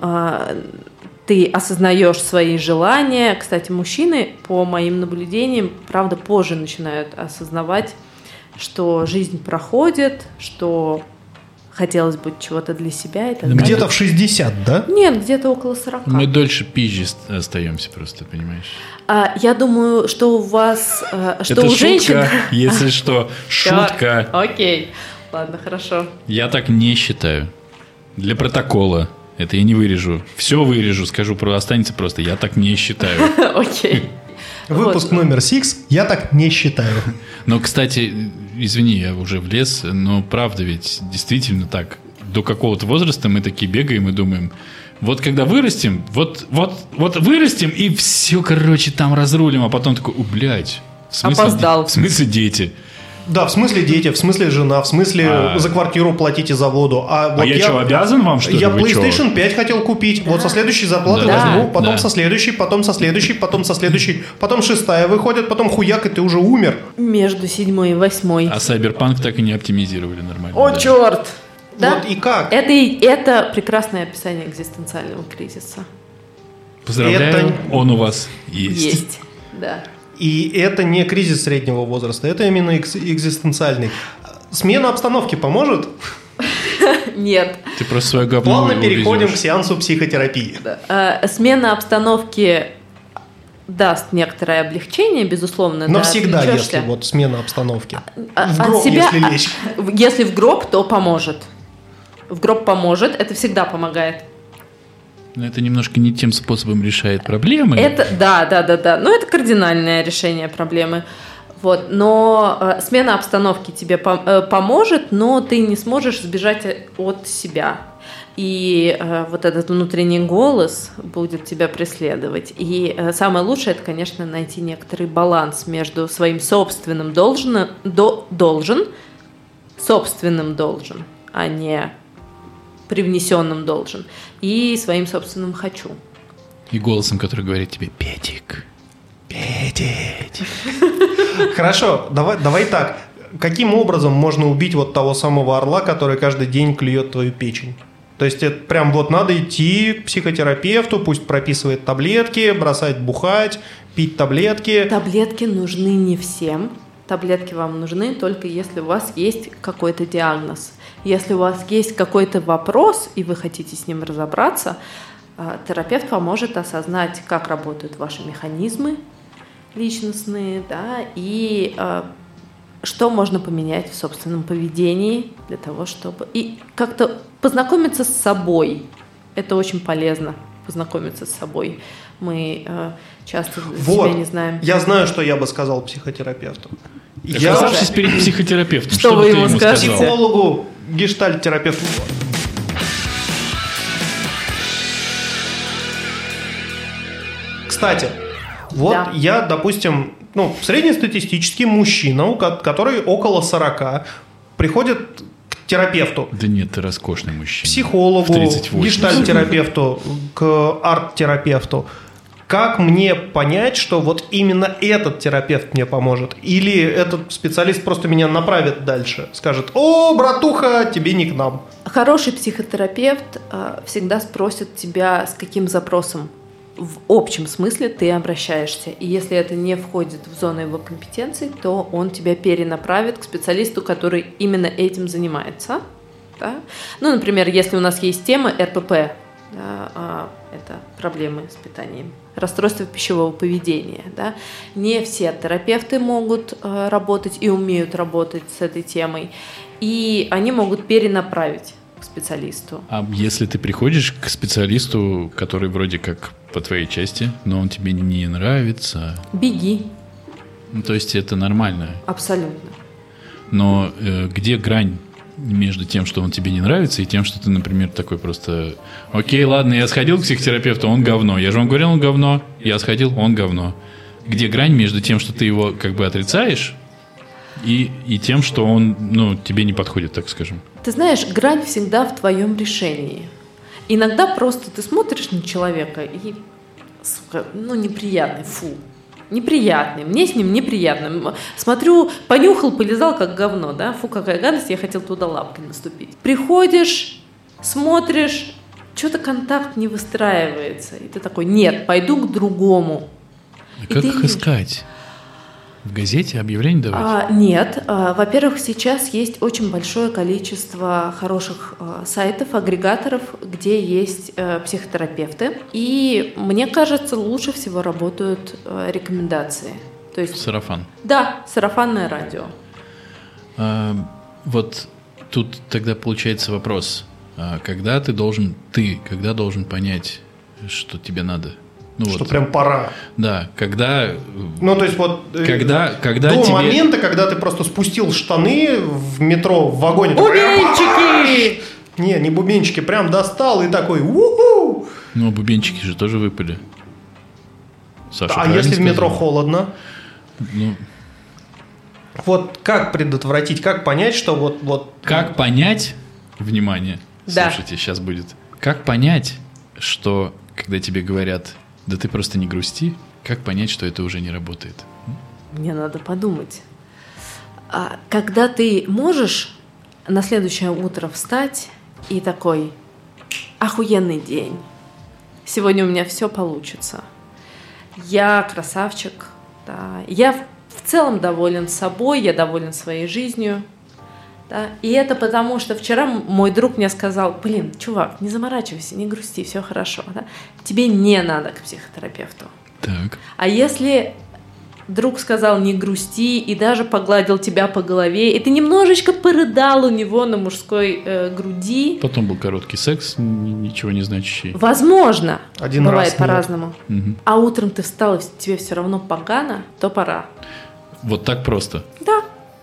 ты осознаешь свои желания. Кстати, мужчины, по моим наблюдениям, правда, позже начинают осознавать, что жизнь проходит, что хотелось бы чего-то для себя и так далее. Где-то в 60, да? Нет, где-то около 40. Мы дольше пизжи остаемся просто, понимаешь? Я думаю, что у вас... что это у шутка, женщин... если что. Шутка. Окей. Ладно, хорошо. Я так не считаю. Для протокола. Это я не вырежу. Все вырежу, скажу, останется просто. Я так не считаю. Окей. Выпуск номер 6. Я так не считаю. Но, кстати, извини, я уже влез, но правда ведь действительно так. До какого-то возраста мы такие бегаем и думаем, вот когда вырастем, вот вырастем и все, короче, там разрулим, а потом такой, блядь, опоздал. В смысле дети? Да, в смысле дети, в смысле жена, в смысле за квартиру платите за воду. Я что, обязан вам, что ли? Я PlayStation 5 хотел купить. Вот со следующей зарплаты возьму, потом со следующей, потом со следующей, потом со следующей, потом 6-я выходит, потом хуяк, и ты уже умер. Между 7-й и 8-й. А Cyberpunk так и не оптимизировали нормально. О, черт! Да? Вот и как? Это прекрасное описание экзистенциального кризиса. Поздравляю, он у вас есть. Да. И это не кризис среднего возраста, это именно экзистенциальный. Смена обстановки поможет? Нет. Ты просто свое говно Плавно переходим увезешь. к сеансу психотерапии. Смена обстановки даст некоторое облегчение, безусловно. Но да, всегда, отвлечешься. если вот смена обстановки. В От гроб, себя, если лечь. Если в гроб, то поможет. В гроб поможет, это всегда помогает. Но это немножко не тем способом решает проблемы. Это, да. Но это кардинальное решение проблемы. Вот. Но смена обстановки тебе поможет, но ты не сможешь сбежать от себя. И вот этот внутренний голос будет тебя преследовать. И самое лучшее, это, конечно, найти некоторый баланс между своим собственным должен, а не привнесенным должен, и своим собственным хочу. И голосом, который говорит тебе: Петик. Хорошо, давай так. Каким образом можно убить вот того самого орла, который каждый день клюет твою печень? То есть это прям вот надо идти к психотерапевту, пусть прописывает таблетки, бросать бухать, пить таблетки. Таблетки нужны не всем. Таблетки вам нужны только если у вас есть какой-то диагноз. Если у вас есть какой-то вопрос, и вы хотите с ним разобраться, терапевт поможет осознать, как работают ваши механизмы личностные, да, и что можно поменять в собственном поведении для того, чтобы... И как-то познакомиться с собой. Это очень полезно, познакомиться с собой. Мы часто себя не знаем. Я знаю, что я бы сказал психотерапевту. Я оказавшись перед психотерапевтом, что вы ему ему скажете? сказал? Психологу, гештальт-терапевту. Кстати, вот Да. я, допустим, среднестатистический мужчина, который около 40, приходит к терапевту, Да нет, ты роскошный мужчина. психологу, В 38. гештальт-терапевту, к арт-терапевту. Как мне понять, что вот именно этот терапевт мне поможет? Или этот специалист просто меня направит дальше? Скажет: о, братуха, тебе не к нам. Хороший психотерапевт всегда спросит тебя, с каким запросом в общем смысле ты обращаешься. И если это не входит в зону его компетенций, то он тебя перенаправит к специалисту, который именно этим занимается. Да? Ну, например, если у нас есть тема РПП, да, это проблемы с питанием, расстройство пищевого поведения. Да? Не все терапевты могут работать и умеют работать с этой темой, и они могут перенаправить к специалисту. А если ты приходишь к специалисту, который вроде как по твоей части, но он тебе не нравится, Беги. ну, то есть это нормально. Абсолютно. Но где грань между тем, что он тебе не нравится, и тем, что ты, например, такой просто: окей, ладно, я сходил к психотерапевту, он говно. Я же вам говорил, он говно. Я сходил, он говно. Где грань между тем, что ты его как бы отрицаешь, и тем, что он, тебе не подходит, так скажем? Ты знаешь, грань всегда в твоем решении. Иногда просто ты смотришь на человека и, сука, неприятный, фу. Неприятный, мне с ним неприятно. Смотрю, понюхал, полизал, как говно, да? Фу, какая гадость, я хотел туда лапкой наступить. Приходишь, смотришь, что-то контакт не выстраивается. И ты такой: нет, пойду к другому. А как их искать? В газете объявление давать? Нет. Во-первых, сейчас есть очень большое количество хороших сайтов, агрегаторов, где есть психотерапевты. И мне кажется, лучше всего работают рекомендации. То есть, Сарафан. Да, сарафанное радио. Вот тут тогда получается вопрос. Когда должен понять, что тебе надо? Что прям пора. Да, когда... То есть вот... Когда до тебе... момента, когда ты просто спустил штаны в метро, в вагоне. Бубенчики! Не бубенчики, прям достал и такой: у-ху! Ну, бубенчики же тоже выпали. Саша, если в метро сказал? холодно? Ну... Вот как предотвратить, как понять, что вот... Как понять... Внимание, Да. слушайте, сейчас будет. Как понять, что когда тебе говорят: да ты просто не грусти, как понять, что это уже не работает? Мне надо подумать. Когда ты можешь на следующее утро встать и такой: охуенный день, сегодня у меня все получится, я красавчик, Да. Я в целом доволен собой, я доволен своей жизнью. Да? И это потому, что вчера мой друг мне сказал: блин, чувак, не заморачивайся, не грусти, все хорошо. Да? Тебе не надо к психотерапевту. Так. А если друг сказал не грусти и даже погладил тебя по голове, и ты немножечко порыдал у него на мужской груди. Потом был короткий секс, ничего не значащий. Возможно. Один бывает раз по-разному. Угу. А утром ты встал, и тебе все равно погано, то пора. Вот так просто. Да.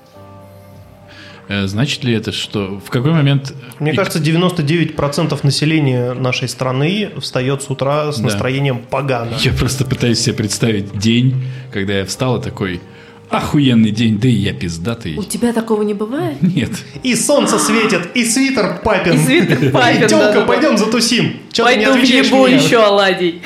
Значит ли это, что в какой момент... Мне кажется, 99% населения нашей страны встает с утра с настроением погано. Я просто пытаюсь себе представить день, когда я встал и такой: охуенный день, да и я пиздатый. У тебя такого не бывает? Нет. И солнце светит, и свитер папин. И свитер папин, И тёлка, да-да-да. пойдем затусим. Чё ты не Пойду отвечаешь въебу мне? еще оладий.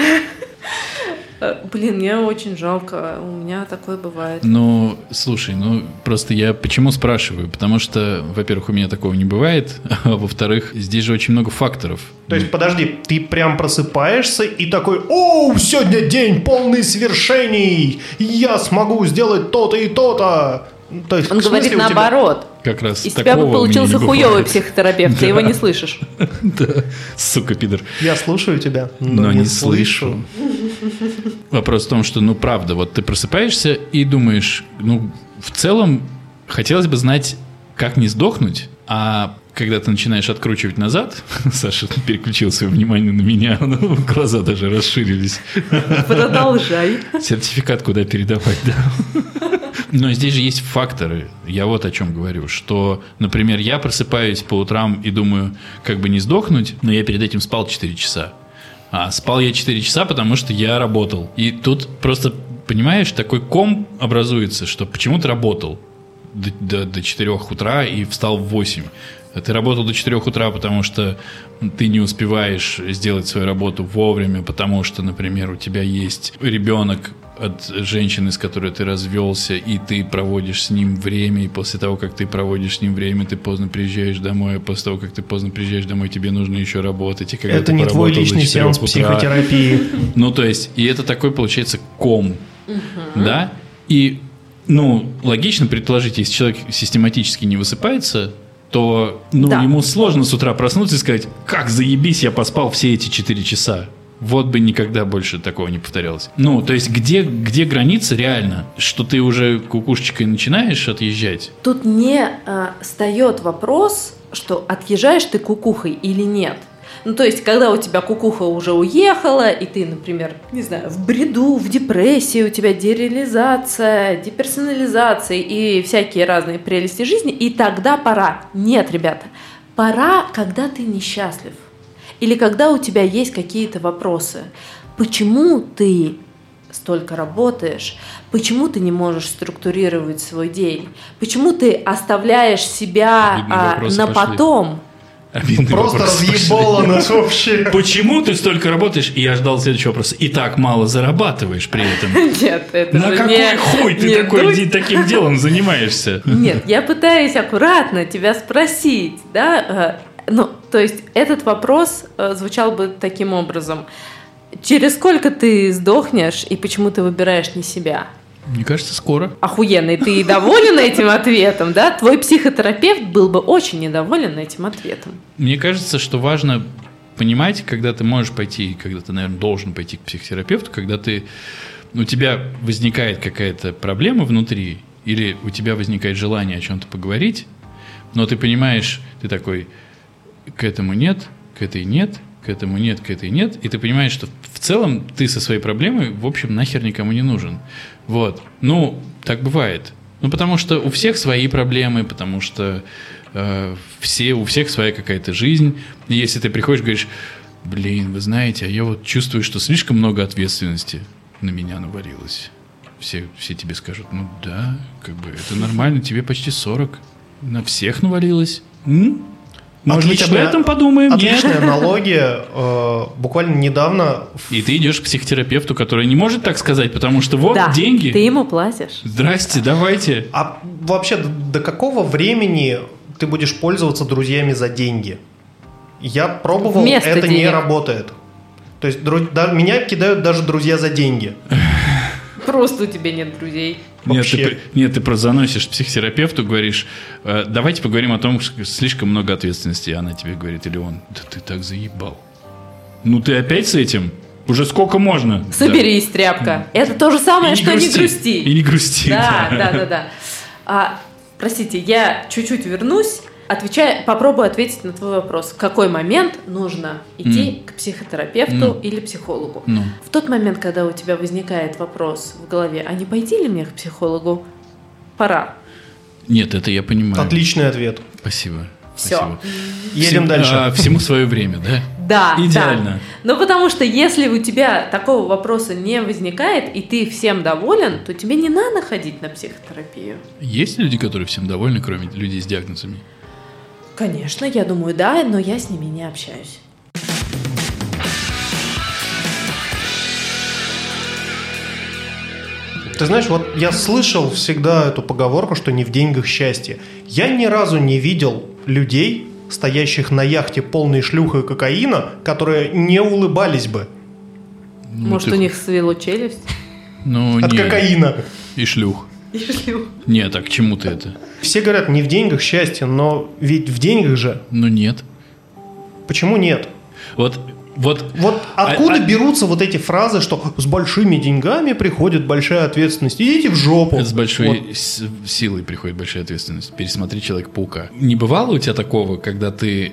Блин, мне очень жалко, у меня такое бывает. Ну, слушай, просто я почему спрашиваю? Потому что, во-первых, у меня такого не бывает, а во-вторых, здесь же очень много факторов. То есть, подожди, ты прям просыпаешься и такой: оу, сегодня день полный свершений, я смогу сделать то-то и то-то. То есть, Он в смысле, говорит у тебя- наоборот. Как раз Из тебя бы такого у меня получился не хуёвый бывает. психотерапевт, ты его не слышишь. Да, сука, пидор. Я слушаю тебя, Но не слышу. Вопрос в том, что, правда, вот ты просыпаешься и думаешь, в целом, хотелось бы знать, как не сдохнуть, а когда ты начинаешь откручивать назад, Саша переключил свое внимание на меня, глаза даже расширились. Продолжай. Сертификат куда передавать, да. Но здесь же есть факторы. Я вот о чем говорю, что, например, я просыпаюсь по утрам и думаю, как бы не сдохнуть, но я перед этим спал 4 часа. А спал я 4 часа, потому что я работал. И тут просто, понимаешь, такой ком образуется, что почему ты работал до 4 утра и встал в 8. Ты работал до 4 утра, потому что ты не успеваешь сделать свою работу вовремя, потому что, например, у тебя есть ребенок от женщины, с которой ты развелся, и ты проводишь с ним время, и после того, как ты проводишь с ним время, ты поздно приезжаешь домой, а после того, как ты поздно приезжаешь домой, тебе нужно еще работать. И когда Это ты не твой поработал до личный 4 сеанс утра, психотерапии. то есть, и это такой, получается, ком, да? И, логично предположить, если человек систематически не высыпается, то, Да. ему сложно с утра проснуться и сказать: как заебись, я поспал все эти 4 часа. Вот бы никогда больше такого не повторялось. То есть, где граница реально, что ты уже кукушечкой начинаешь отъезжать? Тут не встает вопрос, что отъезжаешь ты кукухой или нет. То есть, когда у тебя кукуха уже уехала, и ты, например, не знаю, в бреду, в депрессии, у тебя дереализация, деперсонализация и всякие разные прелести жизни, и тогда пора. Нет, ребята, пора, когда ты несчастлив. Или когда у тебя есть какие-то вопросы. Почему ты столько работаешь? Почему ты не можешь структурировать свой день? Почему ты оставляешь себя Обидные вопросы на пошли. потом? Обидный Просто вопрос разъебало пошли. нас вообще. Почему ты столько работаешь? И я ждал следующего вопроса. И так мало зарабатываешь при этом. Нет, это На же какой не- хуй не ты дуть. таким делом занимаешься? Нет, я пытаюсь аккуратно тебя спросить, да? То есть этот вопрос звучал бы таким образом. Через сколько ты сдохнешь и почему ты выбираешь не себя? Мне кажется, скоро. Охуенно, и ты доволен этим ответом, да? Твой психотерапевт был бы очень недоволен этим ответом. Мне кажется, что важно понимать, когда ты можешь пойти, когда ты, наверное, должен пойти к психотерапевту, когда у тебя возникает какая-то проблема внутри, или у тебя возникает желание о чем-то поговорить, но ты понимаешь, ты такой: к этому нет, к этой нет, к этому нет, к этой нет, и ты понимаешь, что в целом ты со своей проблемой, в общем, нахер никому не нужен. Вот. Так бывает. Потому что у всех свои проблемы, потому что у всех своя какая-то жизнь. И если ты приходишь и говоришь: блин, вы знаете, а я вот чувствую, что слишком много ответственности на меня навалилось. Все тебе скажут: да, это нормально, тебе почти 40. На всех навалилось. Может быть, об этом подумаем? Отличная Нет? аналогия. Буквально недавно... И ты идешь к психотерапевту, который не может так сказать, потому что вот Да, деньги. ты ему платишь. Здрасте, давайте. А вообще, до какого времени ты будешь пользоваться друзьями за деньги? Я пробовал, Вместо это не денег. работает. То есть меня кидают даже друзья за деньги. Просто у тебя нет друзей. Нет, ты просто заносишь психотерапевту, говоришь, давайте поговорим о том, что слишком много ответственности. И она тебе говорит, или он, да ты так заебал. Ну ты опять с этим? Уже сколько можно? Соберись, тряпка. Это то же самое, что не грусти. И не грусти. Да. Простите, я чуть-чуть вернусь. Попробую ответить на твой вопрос. В какой момент нужно идти к психотерапевту или психологу? В тот момент, когда у тебя возникает вопрос в голове, а не пойти ли мне к психологу? Пора. Нет, это я понимаю. Отличный ответ. Спасибо. Все. Едем дальше. Всему свое время, да? Да. Идеально. Да. Потому что если у тебя такого вопроса не возникает, и ты всем доволен, то тебе не надо ходить на психотерапию. Есть люди, которые всем довольны, кроме людей с диагнозами? Конечно, я думаю, да, но я с ними не общаюсь. Ты знаешь, вот я слышал всегда эту поговорку, что не в деньгах счастье. Я ни разу не видел людей, стоящих на яхте полной шлюха и кокаина, которые не улыбались бы. Может, у них свело челюсть? От кокаина. И шлюх. Нет, а к чему ты это? Все говорят, не в деньгах счастье, но ведь в деньгах же. Ну нет. Почему нет? Вот откуда берутся вот эти фразы, что с большими деньгами приходит большая ответственность? Идите в жопу. С большой силой приходит большая ответственность. Пересмотри Человека-паука. Не бывало у тебя такого, когда ты...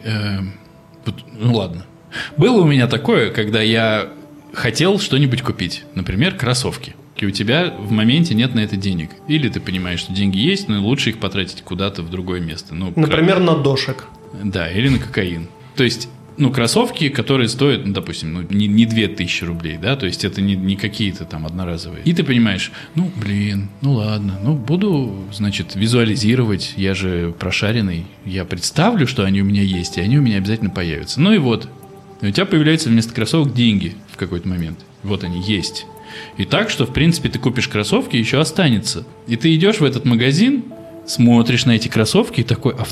ну ладно. Было у меня такое, когда я хотел что-нибудь купить. Например, кроссовки. И у тебя в моменте нет на это денег. Или ты понимаешь, что деньги есть, но лучше их потратить куда-то в другое место. Например, на дошек. Да, или на кокаин. То есть... кроссовки, которые стоят, допустим, не 2000 рублей, да, то есть это не какие-то там одноразовые. И ты понимаешь, ладно, буду, значит, визуализировать, я же прошаренный, я представлю, что они у меня есть, и они у меня обязательно появятся. Ну и вот, у тебя появляются вместо кроссовок деньги в какой-то момент. Вот они есть. И так, что, в принципе, ты купишь кроссовки, еще останется. И ты идешь в этот магазин, смотришь на эти кроссовки и такой, а в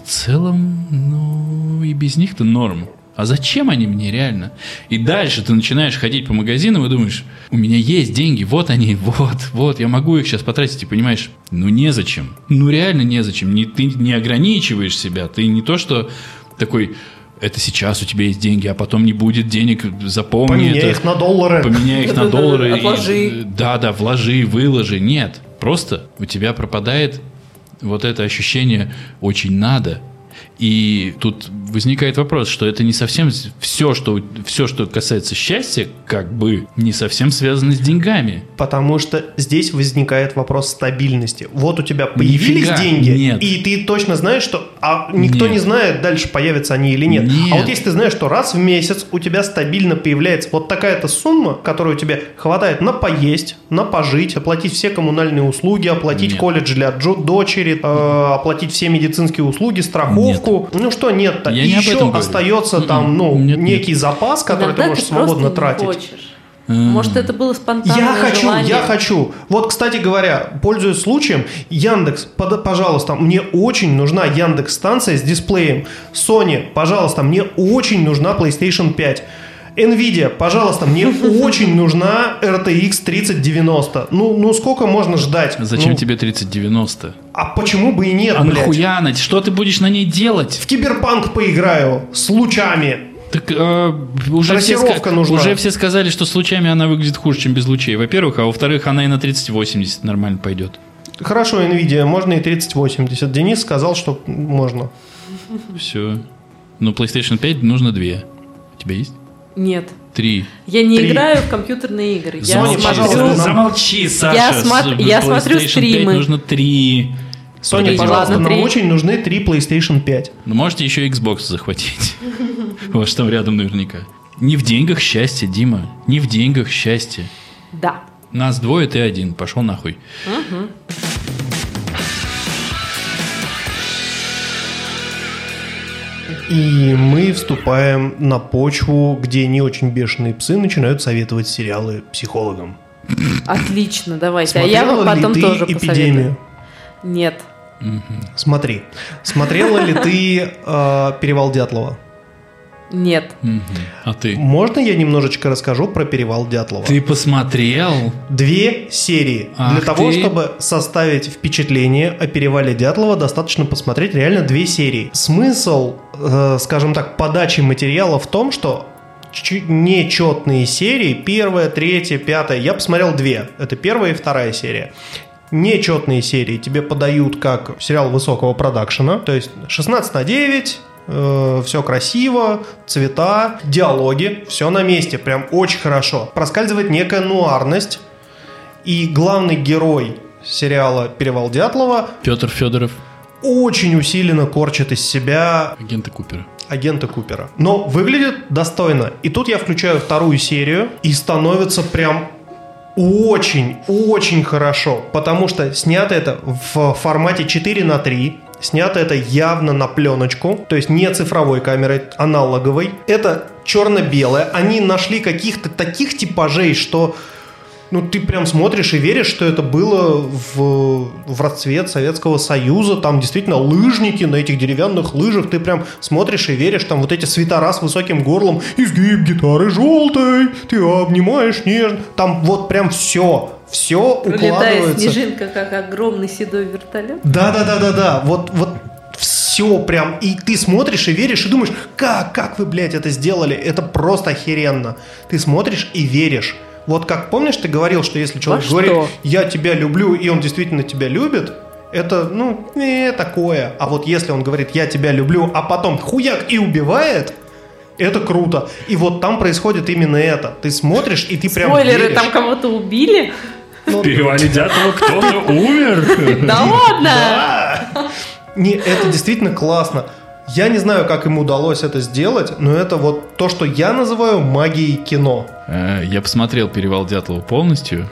целом, и без них-то норм. А зачем они мне реально? И дальше ты начинаешь ходить по магазинам и думаешь, у меня есть деньги, вот они, вот, я могу их сейчас потратить, и понимаешь, незачем, реально незачем, ты не ограничиваешь себя, ты не то, что такой, это сейчас у тебя есть деньги, а потом не будет денег, запомни поменяй это. Поменяй их на доллары. Отложи. Да, вложи, выложи, нет, просто у тебя пропадает вот это ощущение «очень надо». И тут возникает вопрос, что это не совсем все, что касается счастья, как бы не совсем связано с деньгами. Потому что здесь возникает вопрос стабильности. Вот у тебя появились деньги, нет. И ты точно знаешь, что... никто не знает, дальше появятся они или нет. А вот если ты знаешь, что раз в месяц у тебя стабильно появляется вот такая-то сумма, которую тебе хватает на поесть, на пожить, оплатить все коммунальные услуги, оплатить колледж для дочери, оплатить все медицинские услуги, страховку. Ну что нет-то? Я и не еще остается там, некий запас, который ты можешь свободно тратить. Может, это было спонтанное желание? Я хочу. Вот, кстати говоря, пользуясь случаем, Яндекс, пожалуйста, мне очень нужна Яндекс-станция с дисплеем. Sony, пожалуйста, мне очень нужна PlayStation 5. Nvidia, пожалуйста, мне очень нужна RTX 3090. Ну сколько можно ждать? Зачем тебе 3090? А почему бы и нет, блядь? А нахуя? Что ты будешь на ней делать? В Киберпанк поиграю с лучами. Так уже все сказали, что с лучами она выглядит хуже, чем без лучей. Во-первых, а во-вторых, она и на 3080 нормально пойдет. Хорошо, Nvidia, можно и 3080. Денис сказал, что можно. Все. Но PlayStation 5 нужно 2. У тебя есть? Нет. 3. Я не играю в компьютерные игры. Замолчи, Саша. Я смотрю стримы. 5 нужно 3. Sony, пожалуйста, нам очень нужны 3 PlayStation 5. Ну, можете еще Xbox захватить. У вас там рядом наверняка. Не в деньгах счастье, Дима. Не в деньгах счастье. Да. Нас двое, ты один. Пошел нахуй. Угу. И мы вступаем на почву, где не очень бешеные псы начинают советовать сериалы психологам. Отлично, давайте. Смотрела а я потом ли ты тоже «Эпидемию»? посоветую. Нет. Смотри. Смотрела ли ты «Перевал Дятлова»? Нет. А ты? Можно я немножечко расскажу про «Перевал Дятлова»? Ты посмотрел? 2 серии. Для Ах того, ты. чтобы составить впечатление о «Перевале Дятлова», достаточно посмотреть реально 2 серии. Смысл, скажем так, подачи материала в том, что нечетные серии, 1, 3, 5, я посмотрел 2. Это 1 и 2 серия. Нечетные серии тебе подают как сериал высокого продакшена, то есть 16:9, все красиво, цвета, диалоги, все на месте, прям очень хорошо. Проскальзывает некая нуарность, и главный герой сериала «Перевал Дятлова» Петр Федоров. очень усиленно корчит из себя Агента Купера. Но выглядит достойно. И тут я включаю 2 серию, и становится прям очень-очень хорошо, потому что снято это в формате 4:3, снято это явно на пленочку, то есть не цифровой камерой, аналоговой. Это черно-белое. Они нашли каких-то таких типажей, что ты прям смотришь и веришь, что это было в расцвет Советского Союза. Там действительно лыжники на этих деревянных лыжах. Ты прям смотришь и веришь. Там вот эти свитера с высоким горлом. Изгиб гитары желтой, ты обнимаешь нежно. Там вот прям все укладывается. Пролетает снежинка, как огромный седой вертолет. Да. Вот все прям. И ты смотришь и веришь, и думаешь, как вы, блядь, это сделали? Это просто охеренно. Ты смотришь и веришь. Вот как, помнишь, ты говорил, что если человек говорит, я тебя люблю, и он действительно тебя любит, это, такое. А вот если он говорит, я тебя люблю, а потом хуяк и убивает, это круто. И вот там происходит именно это. Ты смотришь, и ты прям Спойлеры, веришь. там кого-то убили? В «Перевале Дятлова» кто-то умер? Да ладно! Это действительно классно. Я не знаю, как ему удалось это сделать, но это вот то, что я называю магией кино. Я посмотрел «Перевал Дятлова» полностью.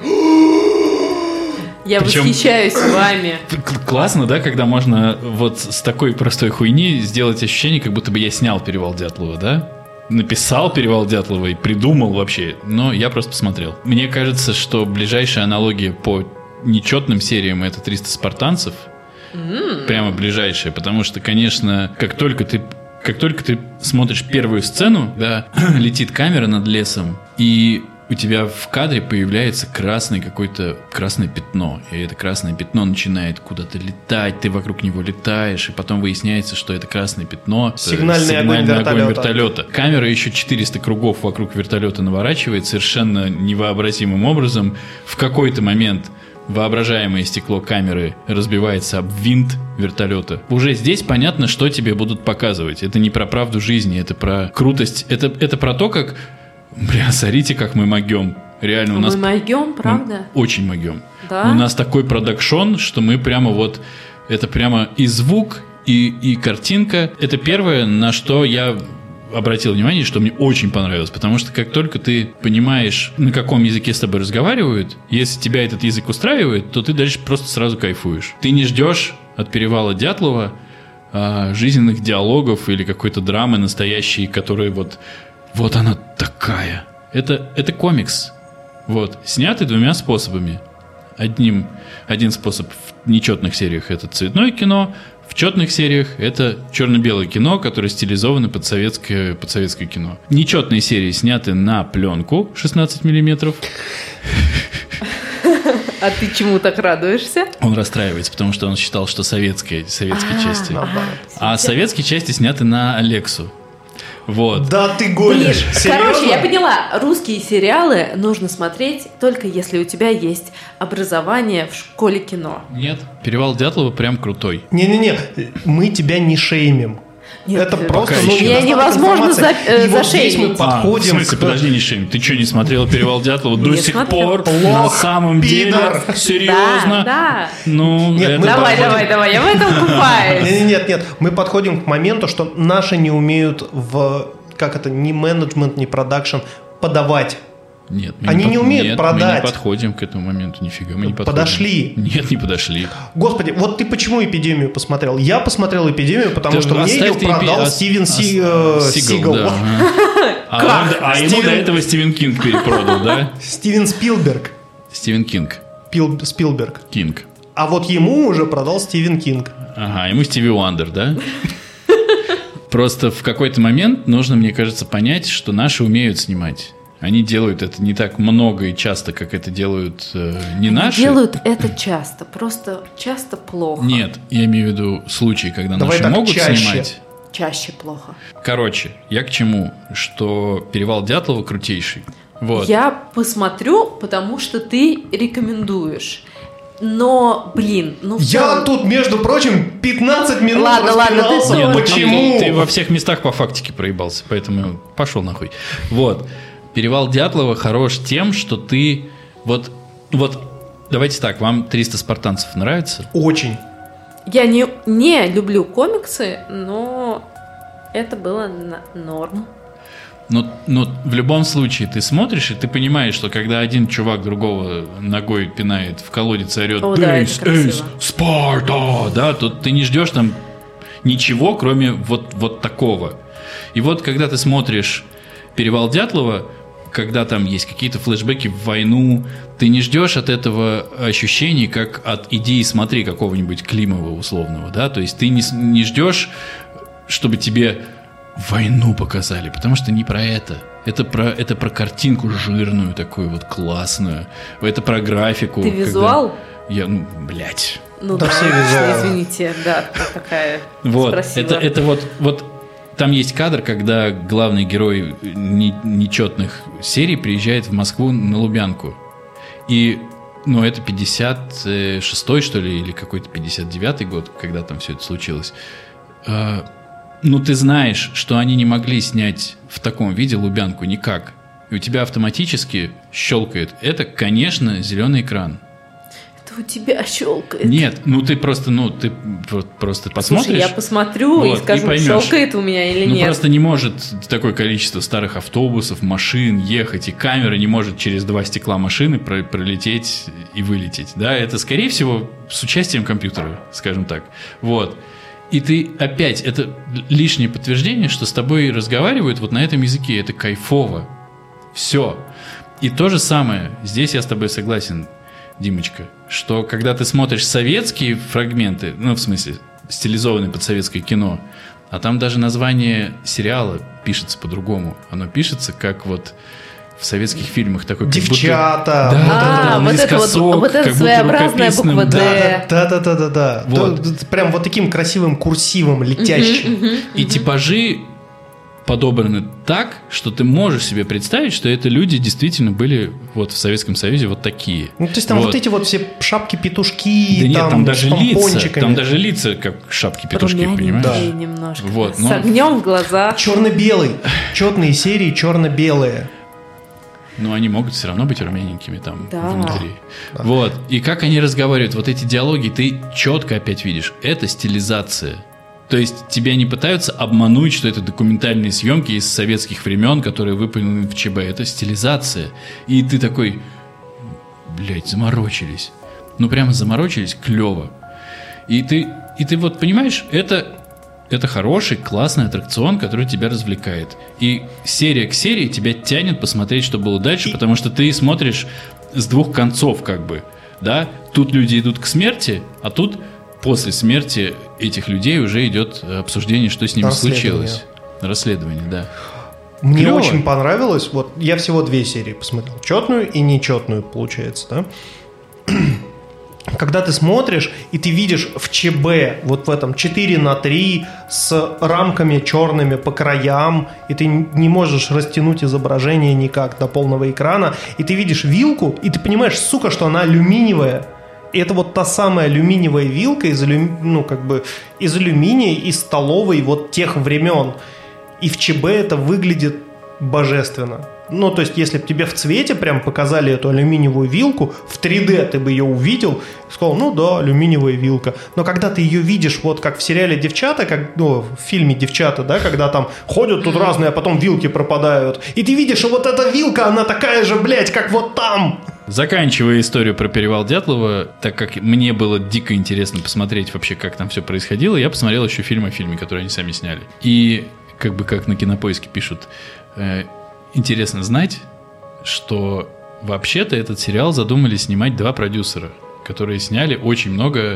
Я восхищаюсь вами. Классно, да, когда можно вот с такой простой хуйни сделать ощущение, как будто бы я снял «Перевал Дятлова», да? Написал «Перевал Дятлова» и придумал вообще, но я просто посмотрел. Мне кажется, что ближайшая аналогия по нечетным сериям — это «300 спартанцев». Прямо ближайшая, потому что, конечно, как только ты смотришь первую сцену, да, летит камера над лесом, и у тебя в кадре появляется красное пятно, и это красное пятно начинает куда-то летать, ты вокруг него летаешь, и потом выясняется, что это красное пятно — сигнальный огонь вертолета. Камера еще 400 кругов вокруг вертолета наворачивает совершенно невообразимым образом. В какой-то момент воображаемое стекло камеры разбивается об винт вертолета. Уже здесь понятно, что тебе будут показывать. Это не про правду жизни, это про крутость. Это про то, как... Смотрите, как мы могем. Реально, мы могем, правда? Мы очень могем. Да? У нас такой продакшн, что мы прямо вот... Это прямо и звук, и картинка. Это первое, на что я обратил внимание, что мне очень понравилось, потому что как только ты понимаешь, на каком языке с тобой разговаривают, если тебя этот язык устраивает, то ты дальше просто сразу кайфуешь. Ты не ждешь от «Перевала Дятлова» жизненных диалогов или какой-то драмы настоящей, которая вот она такая. Это комикс. Вот. Снятый 2 способами. Один способ в нечетных сериях — это цветное кино, в четных сериях это черно-белое кино, которое стилизовано под советское кино. Нечетные серии сняты на пленку 16 миллиметров. А ты чему так радуешься? Он расстраивается, потому что он считал, что советские части. А советские части сняты на Алексу. Вот. Да ты гонишь. Короче, я поняла. Русские сериалы нужно смотреть только если у тебя есть образование в школе кино. Нет. «Перевал Дятлова» прям крутой. Не-не-не, мы тебя не шеймим. Нет, это просто меня невозможно зашеймить. Мы подходим. В смысле, подожди, не шеймим. Ты что, не смотрела «Перевал Дятлова» до сих пор? На самом деле? Серьезно? Да. Ну, давай, я в этом купаюсь. Нет, мы подходим к моменту, что наши не умеют ни менеджмент, ни продакшн подавать. Нет, они не умеют продать. Мы не подходим к этому моменту, нифига, мы не подходим. Подошли. Нет, не подошли. Господи, вот ты почему «Эпидемию» посмотрел? Я посмотрел «Эпидемию», потому что мне ее продал Стивен Сигал. Да. А ему до этого Стивен Кинг перепродал, да? Стивен Спилберг. Стивен Кинг. Спилберг. Кинг. А вот ему уже продал Стивен Кинг. Ага, ему Стиви Уандер, да? Просто в какой-то момент нужно, мне кажется, понять, что наши умеют снимать. Они делают это не так много и часто, как это делают не наши. Делают это часто, просто часто плохо. Нет, я имею в виду случаи, когда Давай наши так, могут чаще. снимать. Чаще плохо. Короче, я к чему? Что «Перевал Дятлова» крутейший. Вот. Я посмотрю, потому что ты рекомендуешь. Но, блин, ну в Я целом- тут, между прочим, 15 минут Ладно, распинался. ты Не, ну Почему? Ты во всех местах по фактике проебался, поэтому пошел нахуй. Вот. «Перевал Дятлова» хорош тем, что ты... Вот, давайте так, вам 300 спартанцев нравится? Очень. Я не люблю комиксы, но это было норм. Но в любом случае ты смотришь, и ты понимаешь, что когда один чувак другого ногой пинает в колодец и орет О, да, это «This красиво. is Sparta!», да, то ты не ждешь там ничего, кроме вот такого. И вот когда ты смотришь «Перевал Дятлова», когда там есть какие-то флешбеки в войну, ты не ждешь от этого ощущений, как от «иди и смотри» какого-нибудь Климова условного, да, то есть ты не ждешь, чтобы тебе войну показали, потому что не про это. Это про картинку жирную, такую вот классную. Это про графику. Ты визуал? Блядь. Ну Да да, все визуалы. извините, да, такая Вот, спросила. это вот там есть кадр, когда главный герой нечетных серий приезжает в Москву на Лубянку. И, это 56-й, что ли, или какой-то 59-й год, когда там все это случилось. Ты знаешь, что они не могли снять в таком виде Лубянку никак. И у тебя автоматически щелкает. Это, конечно, зеленый экран. Это у тебя щелкает. Нет, ты просто посмотришь. Слушай, я посмотрю и скажу, поймешь. щелкает у меня или нет. Просто не может такое количество старых автобусов, машин ехать, и камера не может через 2 стекла машины пролететь и вылететь. Да, это, скорее всего, с участием компьютера, скажем так. Вот. И ты опять, это лишнее подтверждение, что с тобой разговаривают вот на этом языке. Это кайфово. Все. И то же самое, здесь я с тобой согласен, Димочка, что когда ты смотришь советские фрагменты, в смысле, стилизованные под советское кино, а там даже название сериала пишется по-другому. Оно пишется как вот в советских фильмах такой... как Девчата. будто- Да, вот это наискосок, вот как эта будто своеобразная рукописным. буква «Д». Да. Вот. Прям вот таким красивым курсивом летящим. И типажи подобраны так, что ты можешь себе представить, что это люди действительно были вот в Советском Союзе вот такие. То есть там вот эти вот все шапки-петушки, Да нет, там даже с лица, помпончиками. там даже лица как шапки-петушки, понимаешь? Румяненькие немножко. Вот, С огнем в глазах. Черно-белый. Четные серии черно-белые. Но они могут все равно быть румяненькими там Да. внутри. Вот. И как они разговаривают, вот эти диалоги, ты четко опять видишь. Это стилизация. То есть тебя не пытаются обмануть, что это документальные съемки из советских времен, которые выполнены в ЧБ. Это стилизация. И ты такой, блядь, заморочились. Прямо заморочились, клево. И ты вот понимаешь, это хороший, классный аттракцион, который тебя развлекает. И серия к серии тебя тянет посмотреть, что было дальше, потому что ты смотришь с двух концов как бы. Да? Тут люди идут к смерти, а тут после смерти этих людей уже идет обсуждение, что с ними случилось. Расследование, да. Мне Клево. очень понравилось. Вот я всего 2 серии посмотрел. Четную и нечетную, получается, да? Когда ты смотришь, и ты видишь в ЧБ, вот в этом 4:3 с рамками черными по краям, и ты не можешь растянуть изображение никак до полного экрана, и ты видишь вилку, и ты понимаешь, сука, что она алюминиевая. И это вот та самая алюминиевая вилка из алюминия, из столовой вот тех времен. И в ЧБ это выглядит божественно. То есть, если бы тебе в цвете прям показали эту алюминиевую вилку, в 3D ты бы ее увидел и сказал, да, алюминиевая вилка. Но когда ты ее видишь, вот как в сериале «Девчата», в фильме «Девчата», да, когда там ходят тут разные, а потом вилки пропадают, и ты видишь, что вот эта вилка, она такая же, блядь, как вот там. Заканчивая историю про «Перевал Дятлова», так как мне было дико интересно посмотреть вообще, как там все происходило, я посмотрел еще фильм о фильме, который они сами сняли. И как на Кинопоиске пишут, интересно знать, что вообще-то этот сериал задумали снимать 2 продюсера, которые сняли очень много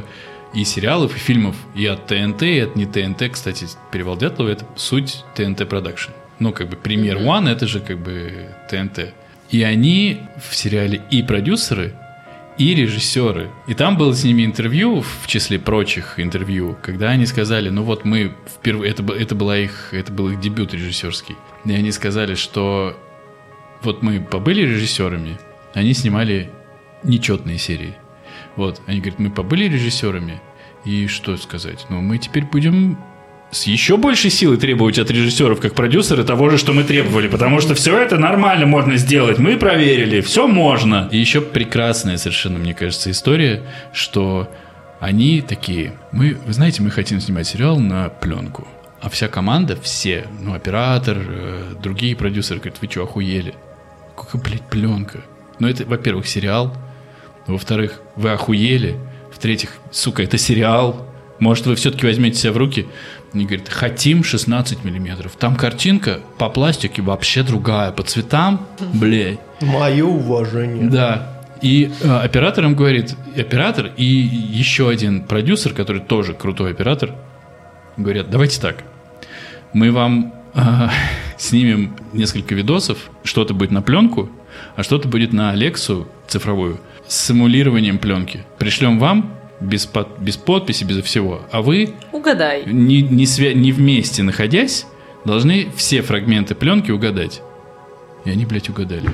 и сериалов, и фильмов, и от ТНТ, и от не ТНТ. Кстати, «Перевал Дятлова» — это суть ТНТ Продакшн. Ну, как бы «Премьер One» — это же как бы ТНТ. И они в сериале и продюсеры, и режиссеры. И там было с ними интервью, в числе прочих интервью, когда они сказали, ну вот мы впервые, это был их дебют режиссерский. И они сказали, что вот мы побыли режиссерами, они снимали нечетные серии. Вот, они говорят, мы побыли режиссерами, и что сказать? Ну, мы теперь будем с еще большей силой требовать от режиссеров, как продюсеры, того же, что мы требовали, потому что все это нормально можно сделать, мы проверили, все можно. И еще прекрасная совершенно, мне кажется, история, что они такие, вы знаете, мы хотим снимать сериал на пленку, а вся команда, все, ну, оператор, другие продюсеры говорят, вы что, охуели? Какая, блядь, пленка? Ну, это, во-первых, сериал, во-вторых, вы охуели, в-третьих, сука, это сериал, может, вы все-таки возьмете себя в руки. Они говорят, хотим 16 миллиметров. Там картинка по пластике вообще другая, по цветам, блядь. Мое уважение. Да. И оператор им говорит, оператор и еще один продюсер, который тоже крутой оператор, говорят, давайте так, мы вам снимем несколько видосов, что-то будет на пленку, а что-то будет на Алексу цифровую с симулированием пленки. Пришлем вам без подписи, без всего. А вы, угадай, не вместе находясь, должны все фрагменты пленки угадать. И они, блядь, угадали.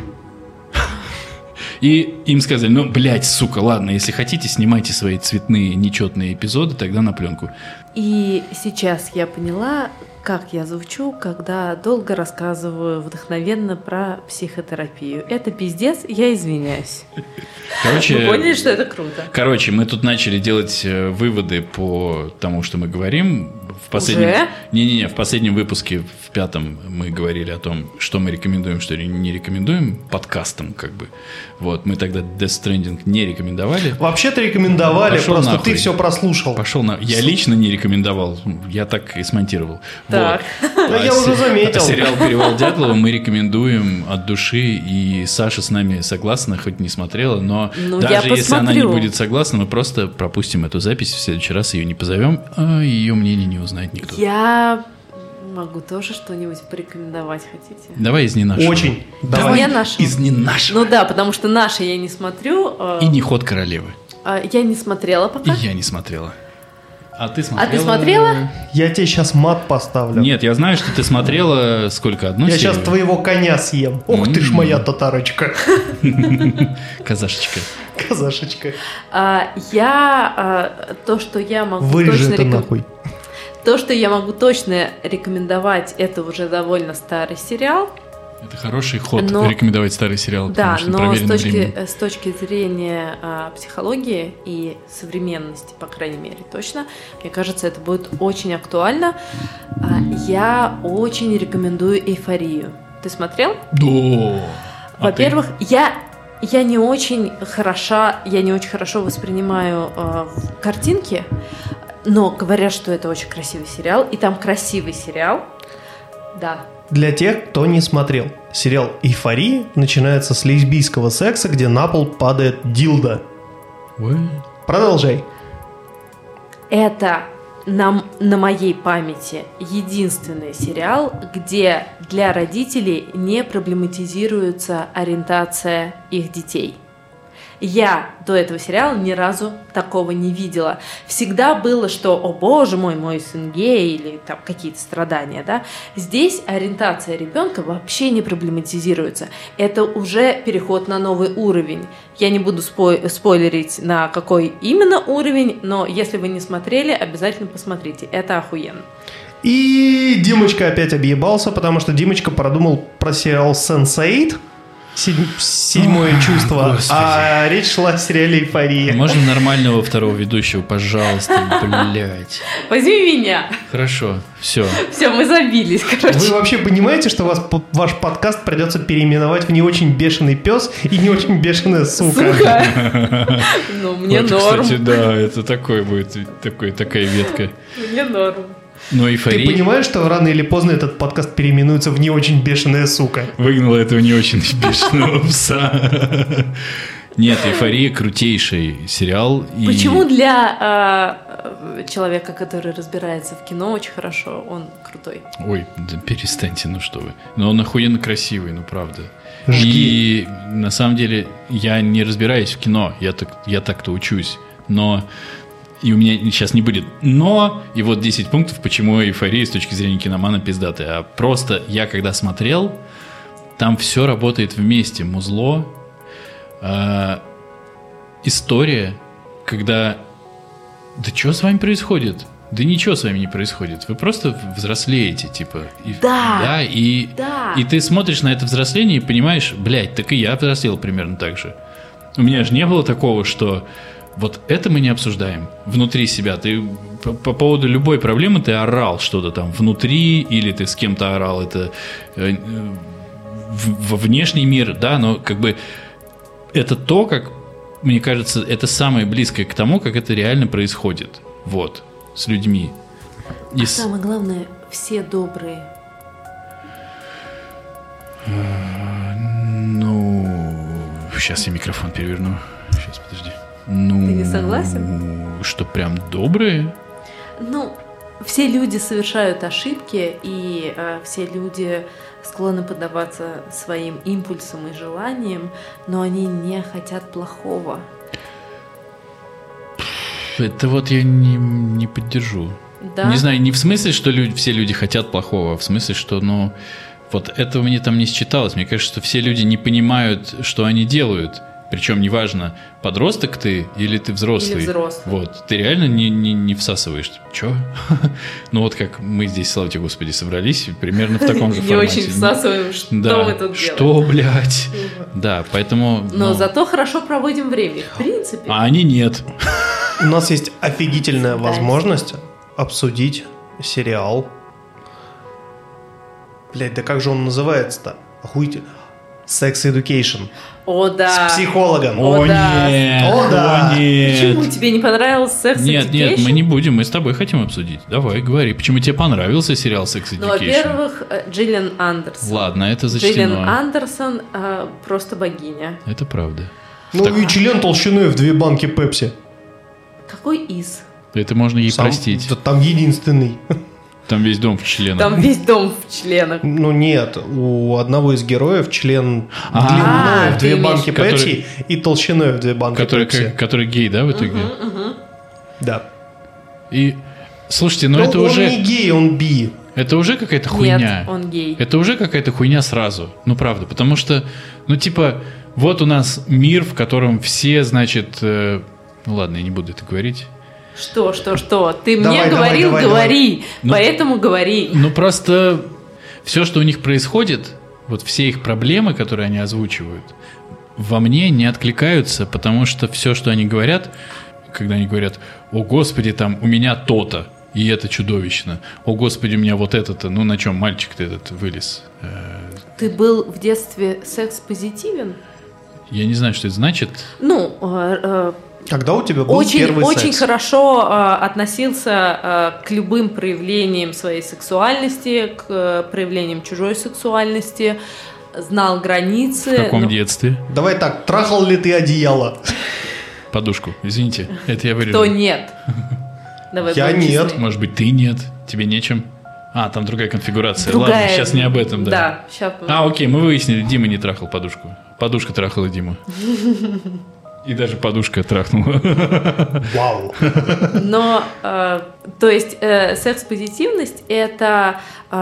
И им сказали, ну, блядь, сука, ладно, если хотите, снимайте свои цветные, нечетные эпизоды, тогда на пленку. И сейчас я поняла, как я звучу, когда долго рассказываю вдохновенно про психотерапию. Это пиздец, я извиняюсь. Короче, вы поняли, что это круто? Короче, мы тут начали делать выводы по тому, что мы говорим. В последнем выпуске, в 5-м, мы говорили о том, что мы рекомендуем, что не рекомендуем подкастам, как бы. Вот, мы тогда Death Stranding не рекомендовали. Вообще-то рекомендовали, пошел просто нахуй. Ты все прослушал. Пошел на. Я лично не рекомендовал, я так и смонтировал. Так. Вот. Я уже заметил. Сериал «Перевал Дятлова» мы рекомендуем от души, и Саша с нами согласна, хоть не смотрела, но даже если она не будет согласна, мы просто пропустим эту запись, в следующий раз ее не позовем, а ее мнение не узнает никто. Я могу тоже что-нибудь порекомендовать, хотите? Давай из не нашего. Очень. Давай из не нашего. Ну да, потому что наши я не смотрю. И не «Ход королевы». Я не смотрела пока. И я не смотрела. А ты смотрела? А ты смотрела? Я тебе сейчас мат поставлю. Нет, я знаю, что ты смотрела сколько? Одну Я серию? сейчас твоего коня съем. Ох ты ж моя татарочка. Казашечка. Казашечка. То, что я могу Вырежи это нахуй. То, что я могу точно рекомендовать, это уже довольно старый сериал. Это хороший ход, рекомендовать старый сериал. Да, но с точки зрения психологии и современности, по крайней мере, точно, мне кажется, это будет очень актуально. Я очень рекомендую «Эйфорию». Ты смотрел? Да. Во-первых, я не очень хорошо воспринимаю картинки, но говорят, что это очень красивый сериал, и там красивый сериал, да. Для тех, кто не смотрел, сериал «Эйфория» начинается с лесбийского секса, где на пол падает дилдо. Продолжай. Это на моей памяти единственный сериал, где для родителей не проблематизируется ориентация их детей. Я до этого сериала ни разу такого не видела. Всегда было, что, о боже мой сын гей, или там какие-то страдания, да. Здесь ориентация ребенка вообще не проблематизируется. Это уже переход на новый уровень. Я не буду спойлерить, на какой именно уровень, но если вы не смотрели, обязательно посмотрите. Это охуенно. И Димочка опять объебался, потому что Димочка продумал про сериал «Сенс8». Седьмое чувство. Господи. А речь шла о сериале «Эйфория». Можно нормального второго ведущего, пожалуйста, блядь. Возьми меня. Хорошо, все. Все, мы забились, короче. Вы вообще понимаете, что ваш подкаст придется переименовать в «Не очень бешеный пес» и «Не очень бешеная сука». Ну, мне норм. Кстати, да, это такой будет, такая ветка. Мне норм. Но «Эйфория». Ты понимаешь, что рано или поздно этот подкаст переименуется в «Не очень бешеная сука»? Выгнала этого не очень бешеного пса. Нет, «Эйфория» крутейший сериал. Почему для человека, который разбирается в кино очень хорошо, он крутой? Ой, да перестаньте, ну что вы. Но он охуенно красивый, ну правда. Жги. И на самом деле я не разбираюсь в кино, я так-то учусь, но... И у меня сейчас не будет «но», и вот 10 пунктов, почему «Эйфория» с точки зрения киномана пиздатая. А просто я когда смотрел, там все работает вместе. Музло, история, когда... Да что с вами происходит? Да ничего с вами не происходит. Вы просто взрослеете, типа. И ты смотришь на это взросление и понимаешь, блядь, так и я взрослел примерно так же. У меня же не было такого, что вот это мы не обсуждаем внутри себя. Ты по поводу любой проблемы ты орал что-то там внутри, или ты с кем-то орал это во внешний мир, да, но как бы это то, как мне кажется, это самое близкое к тому, как это реально происходит. Вот. С людьми. А самое главное, все добрые. Сейчас я микрофон переверну. Сейчас, подожди. Ты не согласен? Что, прям добрые? Все люди совершают ошибки, и все люди склонны поддаваться своим импульсам и желаниям, но они не хотят плохого. Это вот я не поддержу. Да? Не знаю, не в смысле, что все люди хотят плохого, а в смысле, что, вот этого мне там не считалось. Мне кажется, что все люди не понимают, что они делают. Причем неважно, подросток ты или ты взрослый. Или взрослый. Вот. Ты реально не всасываешь. Че? Ну вот как мы здесь, слава тебе Господи, собрались, примерно в таком же формате. Не очень всасываем, что мы тут делаем. Что, блядь? Да, поэтому... Но зато хорошо проводим время, в принципе. А они нет. У нас есть офигительная возможность обсудить сериал. Блядь, да как же он называется-то? Охуительно. Sex Education. О, да. С психологом. О, да. нет. О, да. О, нет. Почему тебе не понравился Sex Education? Нет, мы не будем, мы с тобой хотим обсудить. Давай, говори. Почему тебе понравился сериал Sex Education? Во-первых, Джиллиан Андерсон. Ладно, это зачтено. Джиллиан Андерсон просто богиня. Это правда. И член толщиной в 2 банки пепси. Какой из? Это можно ей простить. Там единственный. Там весь дом в членах. Там весь дом в членах. Нет, у одного из героев член длиной в 2 банки пепси и толщиной в 2 банки пепси. Который гей, да, в итоге? Да. И, слушайте, это уже... Он не гей, он би. Это уже какая-то хуйня. Нет, он гей. Это уже какая-то хуйня сразу. Правда. Потому что, вот у нас мир, в котором все, значит... ладно, я не буду это говорить. Что? Ты мне говорил, говори. Поэтому говори. Просто все, что у них происходит, вот все их проблемы, которые они озвучивают, во мне не откликаются, потому что все, что они говорят, когда они говорят: «О, Господи, там у меня то-то, и это чудовищно. О, Господи, у меня вот это-то, на чем мальчик-то этот вылез». Ты был в детстве секс-позитивен? Я не знаю, что это значит. Когда у тебя был первый секс? Очень хорошо относился к любым проявлениям своей сексуальности, к проявлениям чужой сексуальности, знал границы. В каком детстве? Давай так, трахал ли ты одеяло? Подушку, извините, это я вырежу. Кто нет? Давай я нет. честны. Может быть, ты нет, тебе нечем? Там другая конфигурация. Другая. Ладно, сейчас не об этом, да. Да, сейчас. Окей, мы выяснили, Дима не трахал подушку. Подушка трахала Диму. И даже подушка трахнула. Вау. Но, то есть, секс-позитивность – это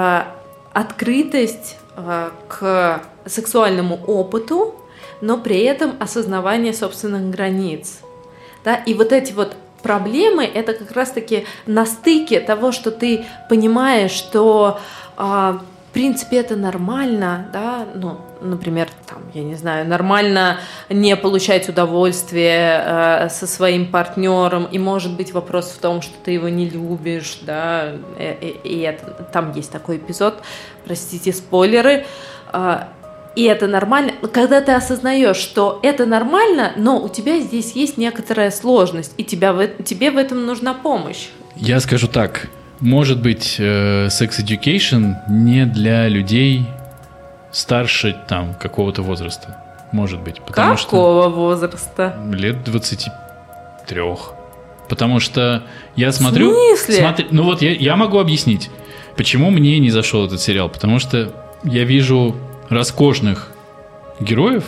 открытость к сексуальному опыту, но при этом осознавание собственных границ. Да? И вот эти вот проблемы – это как раз-таки на стыке того, что ты понимаешь, что в принципе это нормально, да, например, я не знаю, нормально не получать удовольствие со своим партнером, и может быть вопрос в том, что ты его не любишь, да, и там есть такой эпизод, простите, спойлеры, и это нормально, когда ты осознаешь, что это нормально, но у тебя здесь есть некоторая сложность, и тебе в этом нужна помощь. Я скажу так. Может быть, Sex Education не для людей старше какого-то возраста. Может быть. Потому Какого возраста? Лет 23. Потому что я смотрю... В смысле? Ну вот я могу объяснить, почему мне не зашел этот сериал. Потому что я вижу роскошных героев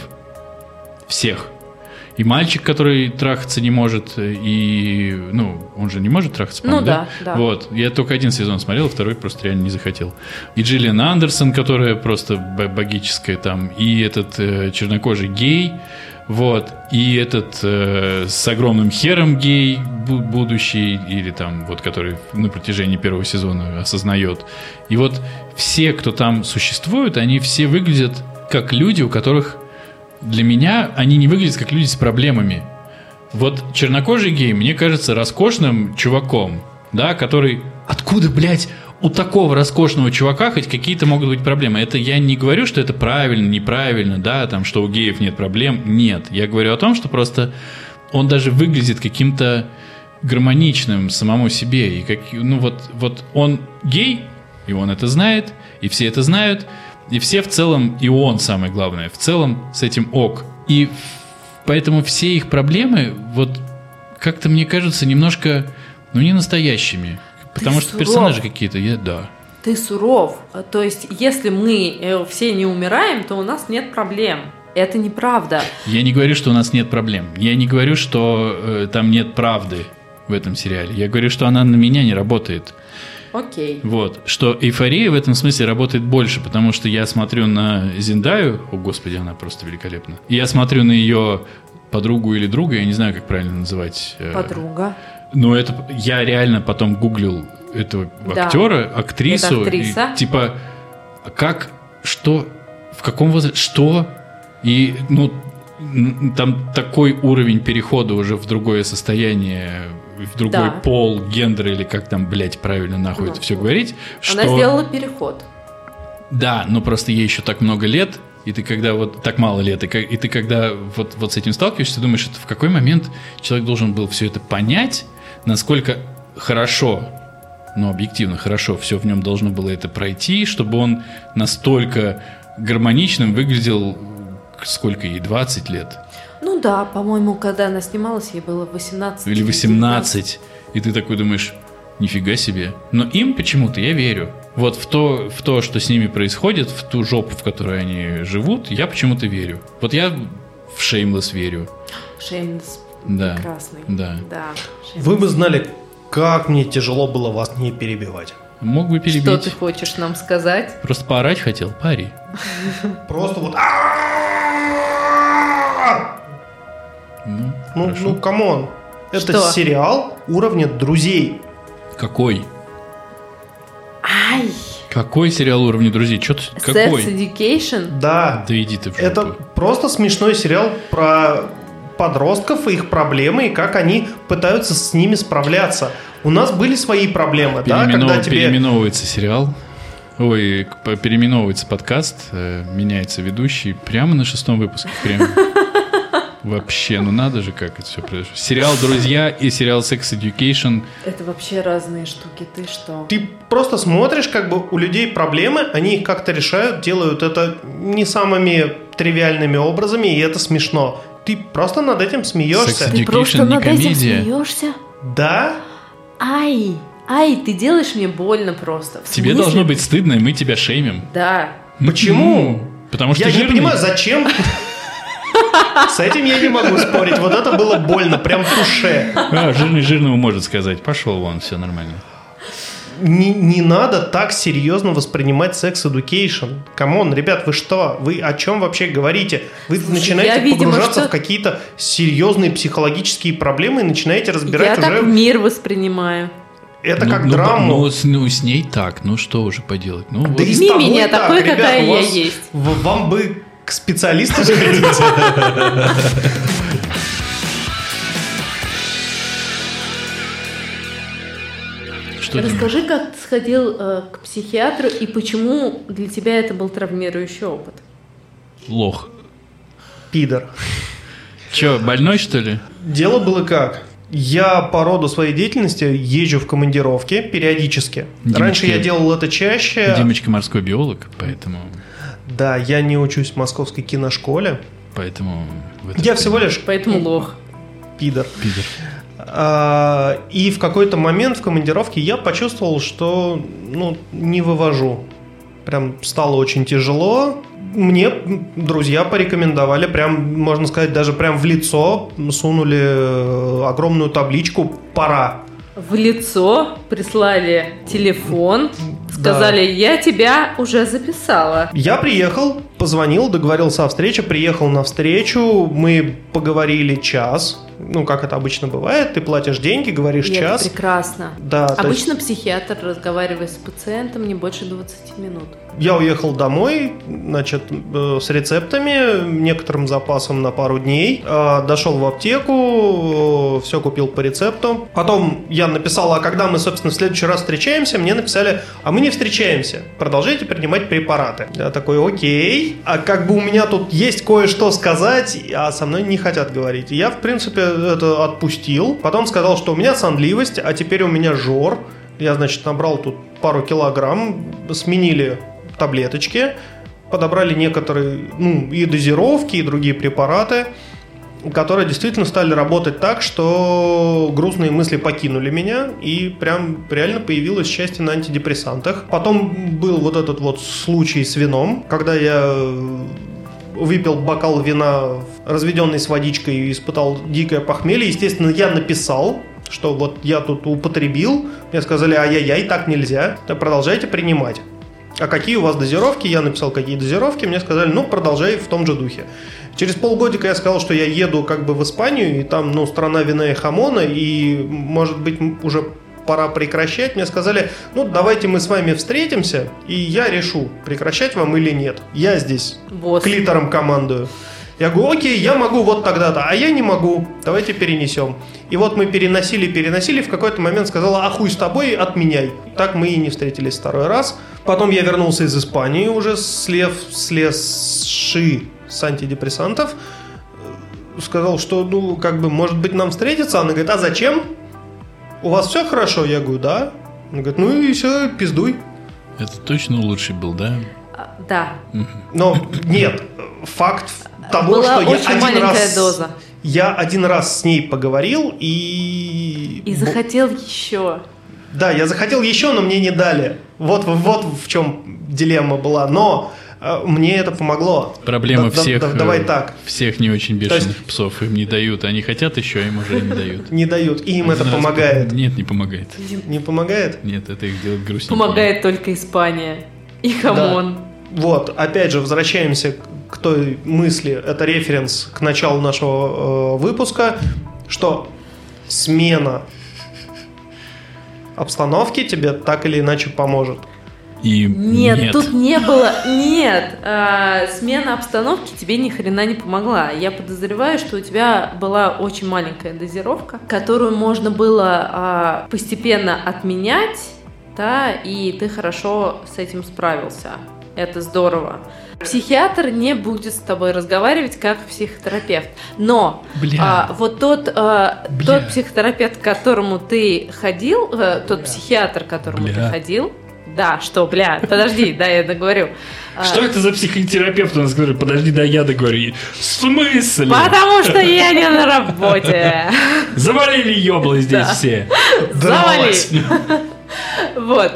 всех. И мальчик, который трахаться не может, и... Ну, он же не может трахаться, по-моему, да? Вот. Я только один сезон смотрел, второй просто реально не захотел. И Джиллиан Андерсон, которая просто богическая там, и этот чернокожий гей, вот, и этот с огромным хером гей будущий, или там, вот, который на протяжении первого сезона осознает. И вот все, кто там существует, они все выглядят как люди, у которых... Для меня они не выглядят как люди с проблемами. Вот чернокожий гей мне кажется роскошным чуваком, да, который... Откуда, блядь, у такого роскошного чувака хоть какие-то могут быть проблемы? Это я не говорю, что это правильно, неправильно, да, там, что у геев нет проблем. Нет. Я говорю о том, что просто он даже выглядит каким-то гармоничным самому себе. И как, ну вот он гей, и он это знает, и все это знают. И все в целом, и он самое главное, в целом с этим ок. И поэтому все их проблемы, вот как-то мне кажутся немножко, ну, не настоящими. Потому что персонажи какие-то, да. Ты суров. То есть, если мы все не умираем, то у нас нет проблем. Это неправда. Я не говорю, что у нас нет проблем. Я не говорю, что там нет правды в этом сериале. Я говорю, что она на меня не работает. Окей. Вот. Что эйфория в этом смысле работает больше, потому что я смотрю на Зендаю, о господи, она просто великолепна. И я смотрю на ее подругу или друга, я не знаю, как правильно называть. Подруга. Но это я реально потом гуглил этого актера, актрису. Это актриса. И, типа, как, что, в каком возрасте, что? И, ну, там такой уровень перехода уже в другое состояние, в другой пол, гендер, или как там, блядь, правильно нахуй это все говорить. Она сделала переход. Да, но просто ей еще так много лет, и ты когда вот так мало лет, и ты когда вот с этим сталкиваешься, ты думаешь, что в какой момент человек должен был все это понять, насколько хорошо, ну, объективно хорошо, все в нем должно было это пройти, чтобы он настолько гармоничным выглядел, сколько ей, 20 лет? Ну да, по-моему, когда она снималась, ей было 18. Или 18. И ты такой думаешь, нифига себе. Но им почему-то я верю. Вот в то, что с ними происходит, в ту жопу, в которой они живут, я почему-то верю. Вот я в Shameless верю. Shameless прекрасный. Да. Вы бы знали, как мне тяжело было вас не перебивать. Мог бы перебить. Что ты хочешь нам сказать? Просто поорать хотел, пари. Просто вот... Ну, камон. Это сериал уровня «Друзей». Какой? Ай! Какой сериал уровня «Друзей»? Какой? Sex Education? Да. Да иди ты в жопу. Это просто смешной сериал про подростков и их проблемы, и как они пытаются с ними справляться. У нас были свои проблемы, да? Когда переименовывается сериал. Ой, переименовывается подкаст, меняется ведущий прямо на 6-м выпуске. Прямо. Вообще, ну надо же, как это все произошло. Сериал «Друзья» и сериал «Sex Education». Это вообще разные штуки, ты что? Ты просто смотришь, как бы у людей проблемы, они их как-то решают, делают это не самыми тривиальными образами, и это смешно. Ты просто над этим смеешься. Sex Ты просто над этим смеешься? Да. Ай, ты делаешь мне больно просто. Тебе должно быть стыдно, и мы тебя шеймим. Да. Почему? Потому что я жирный. не понимаю, зачем... С этим я не могу спорить. Вот это было больно, прям в душе. Жирный жирному может сказать: пошел вон, все нормально. Не надо так серьезно воспринимать Sex Education. Камон, ребят, вы что? Вы о чем вообще говорите? Вы начинаете погружаться в какие-то серьезные психологические проблемы и начинаете разбирать уже... Я так мир воспринимаю. Это как драму. Ну, с ней так. Ну, что уже поделать? Ну, да вот. и с тобой меня так, такой, ребят, какая я есть. Вам бы к специалисту сходить. Расскажи, как ты сходил к психиатру и почему для тебя это был травмирующий опыт? Лох. Пидор. Че, больной, что ли? Дело было как? Я по роду своей деятельности езжу в командировки периодически. Раньше я делал это чаще. Димочка морской биолог, поэтому... Да, я не учусь в Московской киношколе. Поэтому... Я всего лишь... Поэтому лох. Пидор. И в какой-то момент в командировке я почувствовал, что не вывожу. Прям стало очень тяжело. Мне друзья порекомендовали, прям, можно сказать, даже прям в лицо сунули огромную табличку «Пора». В лицо прислали телефон, сказали, я тебя уже записала. Я приехал, позвонил, договорился о встрече, приехал на встречу, мы поговорили час. Как это обычно бывает, ты платишь деньги, говоришь час. Это прекрасно. Да, обычно психиатр разговаривает с пациентом не больше 20 минут. Я уехал домой, с рецептами, некоторым запасом на пару дней. Дошел в аптеку, все купил по рецепту. Потом я написал, а когда мы, собственно, в следующий раз встречаемся, мне написали, а мы не встречаемся, продолжайте принимать препараты. Я такой, окей, а как бы у меня тут есть кое-что сказать, а со мной не хотят говорить. И я, в принципе, это отпустил. Потом сказал, что у меня сонливость, а теперь у меня жор. Я, набрал тут пару килограмм, сменили таблеточки, подобрали некоторые, и дозировки, и другие препараты, которые действительно стали работать так, что грустные мысли покинули меня, и прям реально появилось счастье на антидепрессантах. Потом был вот этот вот случай с вином, когда я выпил бокал вина, разведенный с водичкой, и испытал дикое похмелье. Естественно, я написал, что вот я тут употребил. Мне сказали, ай-яй-яй, так нельзя, продолжайте принимать. А какие у вас дозировки? Я написал, какие дозировки. Мне сказали, продолжай в том же духе. Через полгодика я сказал, что я еду в Испанию, и там, страна вина и хамона, и, может быть, уже пора прекращать. Мне сказали, давайте мы с вами встретимся, и я решу, прекращать вам или нет. Я здесь клитором командую. Я говорю, окей, я могу вот тогда-то, а я не могу, давайте перенесем. И вот мы переносили, в какой-то момент сказала, а хуй с тобой, отменяй. Так мы и не встретились второй раз. Потом я вернулся из Испании уже, слезши с антидепрессантов. Сказал, что, может быть, нам встретиться? Она говорит, а зачем? У вас все хорошо? Я говорю, да. Она говорит, и все, пиздуй. Это точно лучший был, да? Да. Но нет, факт того, была что очень маленькая доза. Я один раз с ней поговорил и захотел еще. Да, я захотел еще, но мне не дали. Вот в чем дилемма была. Но мне это помогло. Проблема давай так. Всех не очень бешеных псов им не дают. Они хотят еще, а им уже не дают. Не дают, и им это помогает. Нет, не помогает. Не помогает? Нет, это их делает грустнее. Помогает только Испания и хамон. Да. Вот, опять же, возвращаемся к той мысли, это референс к началу нашего выпуска, что смена обстановки тебе так или иначе поможет. Нет, тут не было. Нет, смена обстановки тебе ни хрена не помогла. Я подозреваю, что у тебя была очень маленькая дозировка, которую можно было постепенно отменять, да, и ты хорошо с этим справился. Это здорово. Психиатр не будет с тобой разговаривать как психотерапевт. Но вот тот психотерапевт, к которому ты ходил, тот психиатр, к которому ты ходил, да, что, подожди, да, я договорю. Что это за психотерапевт у нас, говорю? Подожди, да, я договорю. В смысле? Потому что я не на работе. Завалили ёблы здесь все. Завалили. Вот.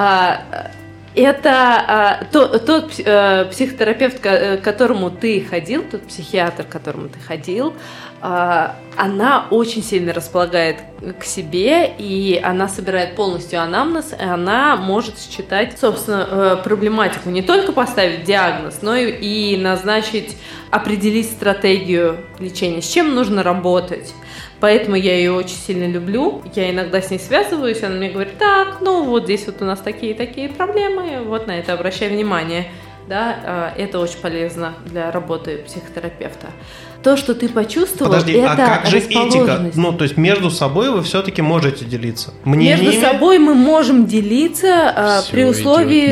Это тот психотерапевт, к которому ты ходил, тот психиатр, к которому ты ходил, она очень сильно располагает к себе, и она собирает полностью анамнез, и она может считать, собственно, проблематику, не только поставить диагноз, но и назначить, определить стратегию лечения, с чем нужно работать. Поэтому я ее очень сильно люблю. Я иногда с ней связываюсь, она мне говорит, так, вот здесь вот у нас такие проблемы, вот на это обращай внимание. Да, это очень полезно для работы психотерапевта. То, что ты почувствовал, подожди, это а как же расположенность. этика? То есть между собой вы все-таки можете делиться? Мнениями? Между собой мы можем делиться при условии,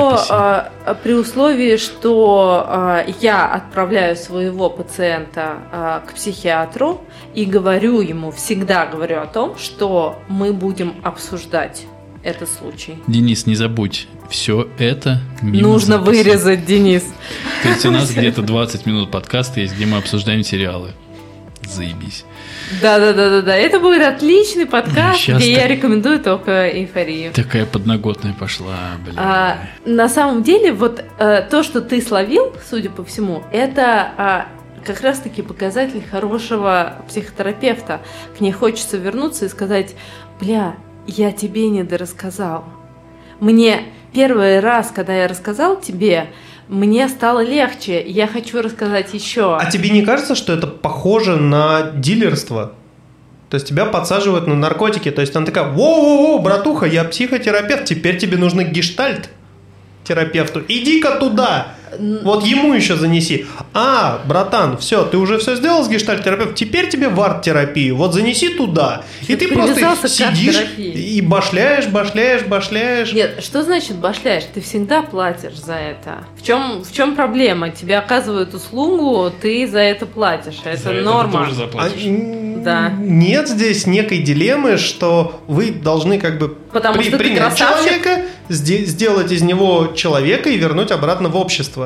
что я отправляю своего пациента к психиатру и всегда говорю о том, что мы будем обсуждать это случай. Денис, не забудь, все это нужно вырезать, Денис. То есть у нас где-то 20 минут подкаста есть, где мы обсуждаем сериалы. Заебись. Да. Это будет отличный подкаст, где я рекомендую только «Эйфорию». Такая подноготная пошла, на самом деле, вот то, что ты словил, судя по всему, это как раз-таки показатель хорошего психотерапевта. К ней хочется вернуться и сказать: бля, я тебе недорассказал. Мне первый раз, когда я рассказал тебе, мне стало легче, я хочу рассказать еще. А тебе не кажется, что это похоже на дилерство? То есть тебя подсаживают на наркотики, то есть она такая: воу-воу-воу, братуха, я психотерапевт, теперь тебе нужно гештальт терапевту, иди-ка туда, вот ему еще занеси. Братан, все, ты уже все сделал с гештальт-терапевтом, теперь тебе в арт-терапию, вот занеси туда. И ты просто сидишь и башляешь. Нет, что значит башляешь? Ты всегда платишь за это. В чем проблема? Тебе оказывают услугу, ты за это платишь. Это за норма. Это тоже заплатишь. Да. Нет здесь некой дилеммы, что вы должны как бы принять человека, сделать из него человека и вернуть обратно в общество.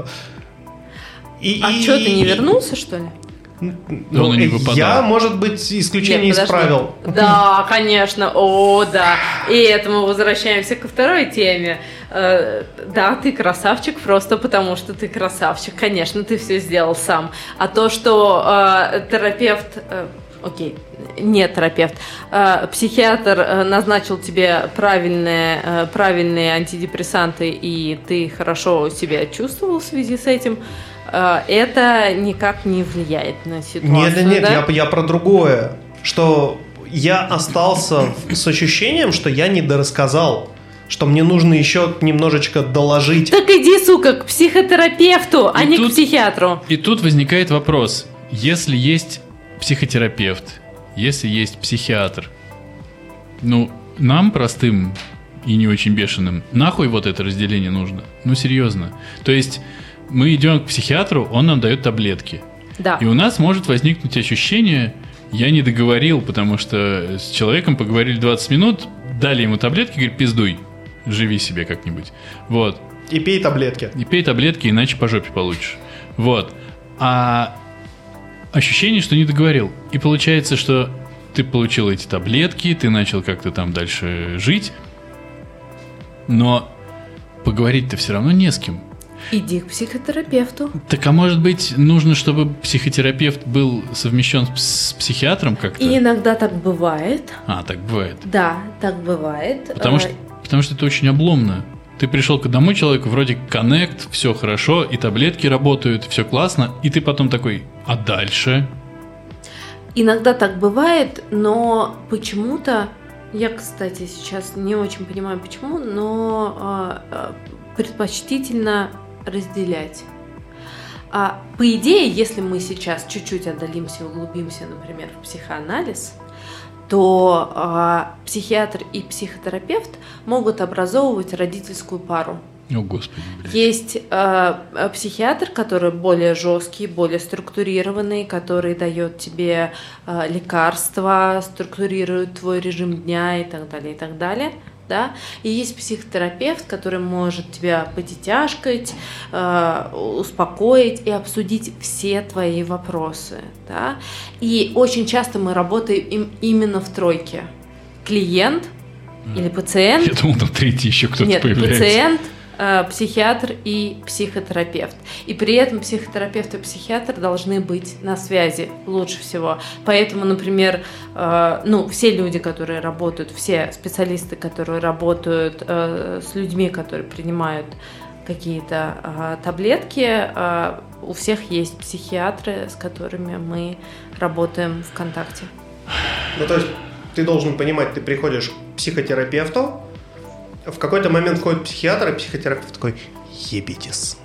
Что, ты не вернулся, что ли? Я, может быть, исключение из правил. Да, конечно, да. И это мы возвращаемся ко второй теме. Да, ты красавчик просто потому, что ты красавчик. Конечно, ты все сделал сам. А то, что терапевт... не терапевт, психиатр назначил тебе правильные антидепрессанты, и ты хорошо себя чувствовал в связи с этим, это никак не влияет на ситуацию. Нет, да? я про другое, что я остался с ощущением, что я недорассказал, что мне нужно еще немножечко доложить. Так иди, сука, к психотерапевту, а не к психиатру. И тут возникает вопрос: если есть психотерапевт, если есть психиатр, нам, простым и не очень бешеным, нахуй вот это разделение нужно? Серьезно. То есть мы идем к психиатру, он нам дает таблетки. Да. И у нас может возникнуть ощущение: я не договорил, потому что с человеком поговорили 20 минут, дали ему таблетки, говорит: пиздуй, живи себе как-нибудь. Вот. И пей таблетки. Иначе по жопе получишь. Вот. А ощущение, что не договорил. И получается, что ты получил эти таблетки, ты начал как-то там дальше жить, но поговорить-то все равно не с кем. Иди к психотерапевту. Так, а может быть, нужно, чтобы психотерапевт был совмещен с психиатром как-то? И иногда так бывает. Так бывает. Да, так бывает. Потому что это очень обломно. Ты пришел к одному человеку, вроде коннект, все хорошо, и таблетки работают, все классно, и ты потом такой: а дальше? Иногда так бывает, но почему-то, я, кстати, сейчас не очень понимаю почему, но предпочтительно разделять. По идее, если мы сейчас чуть-чуть отдалимся и углубимся, например, в психоанализ, то психиатр и психотерапевт могут образовывать родительскую пару. О, Господи, блядь. Есть психиатр, который более жесткий, более структурированный, который дает тебе лекарства, структурирует твой режим дня и так далее, и так далее. Да? И есть психотерапевт, который может тебя потетяшкать, успокоить и обсудить все твои вопросы. Да? И очень часто мы работаем именно в тройке. Клиент или пациент. Я думал, там третий еще кто-то появляется. Пациент, психиатр и психотерапевт. И при этом психотерапевт и психиатр должны быть на связи лучше всего. Поэтому, например, все люди, которые работают, все специалисты, которые работают с людьми, которые принимают какие-то таблетки, у всех есть психиатры, с которыми мы работаем в контакте. То есть ты должен понимать, ты приходишь к психотерапевту, в какой-то момент входит психиатр, и психотерапевт такой: ебитесь.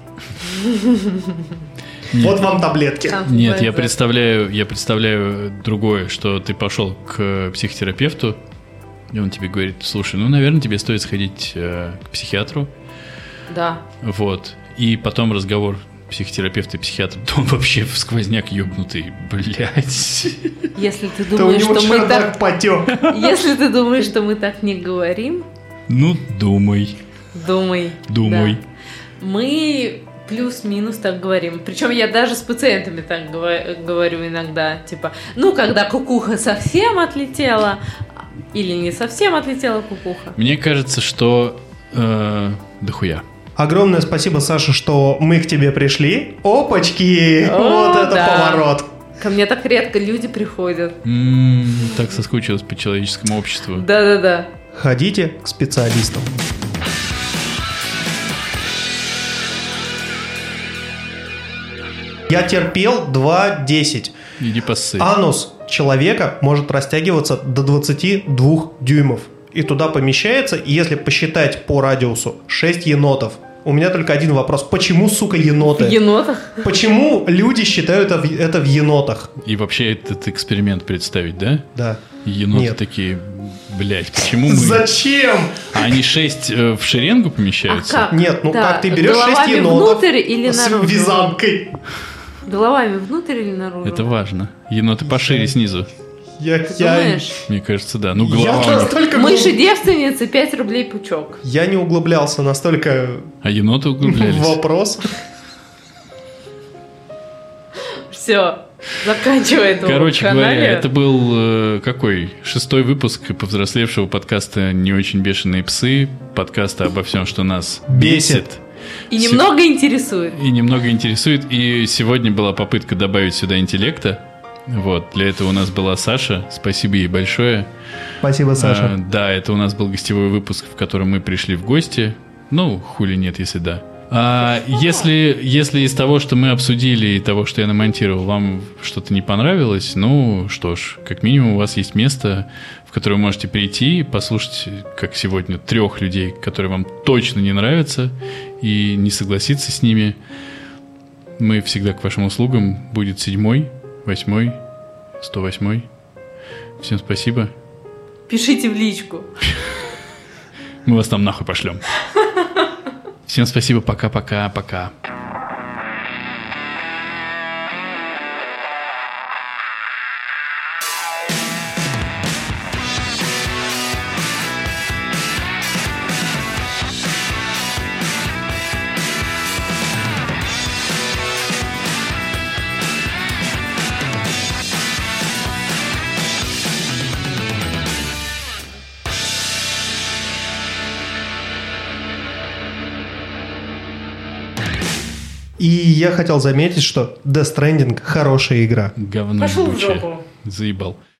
Вот вам таблетки. Нет, я представляю другое, что ты пошел к психотерапевту, и он тебе говорит: слушай, наверное, тебе стоит сходить к психиатру. Да. Вот. И потом разговор психотерапевт и психиатр, да он вообще в сквозняк ёбнутый, блядь. Если ты думаешь, что мы так... потёк. Если ты думаешь, что мы так не говорим, Ну, думай. Думай. Думай. Да. Мы плюс-минус так говорим. Причем я даже с пациентами так говорю иногда. Типа, ну, когда кукуха совсем отлетела, или не совсем отлетела кукуха. Мне кажется, что дохуя. Огромное спасибо, Саша, что мы к тебе пришли. Опачки! Вот это поворот. Ко мне так редко люди приходят. Так соскучилась по человеческому обществу. Да-да-да. Ходите к специалистам. Я терпел 2.10. Иди поссы. Анус человека может растягиваться до 22 дюймов. И туда помещается, если посчитать по радиусу, 6 енотов. У меня только один вопрос. Почему, сука, еноты? В енотах? Почему люди считают это в енотах? И вообще этот эксперимент представить, да? Да. Еноты Нет. такие, блядь, почему мы... Зачем? А они 6 в шеренгу помещаются? А как? Нет, ну Да, как ты берешь 6 головами енотов внутрь или с наружу? вязанкой? Головами внутрь или наружу? Это важно. Еноты пошире снизу. Думаешь? Мне кажется, да. Ну, Я голова у них. настолько... Мыши-девственницы 5 рублей пучок. Я не углублялся настолько А еноты в углублялись. вопрос. Все, заканчивай эту Короче канале. говоря, это был какой? 6-й выпуск повзрослевшего подкаста «Не очень бешеные псы». Подкаста обо всем, что нас Бесит. И немного интересует. И немного интересует. И сегодня была попытка добавить сюда интеллекта. Вот, для этого у нас была Саша. Спасибо ей большое. Спасибо, Саша. Да, это у нас был гостевой выпуск, в котором мы пришли в гости. Ну, хули нет, если да. Если из того, что мы обсудили, и того, что я намонтировал, вам что-то не понравилось, ну что ж, как минимум у вас есть место, в которое вы можете прийти, послушать, как сегодня, 3 людей, которые вам точно не нравятся, и не согласиться с ними. Мы всегда к вашим услугам. Будет 7-й, 8-й, 108-й. Всем спасибо. Пишите в личку. Мы вас там нахуй пошлем. Всем спасибо. Пока-пока-пока. И я хотел заметить, что Death Stranding хорошая игра. Говно Пошел в ебучее. жопу. Заебал.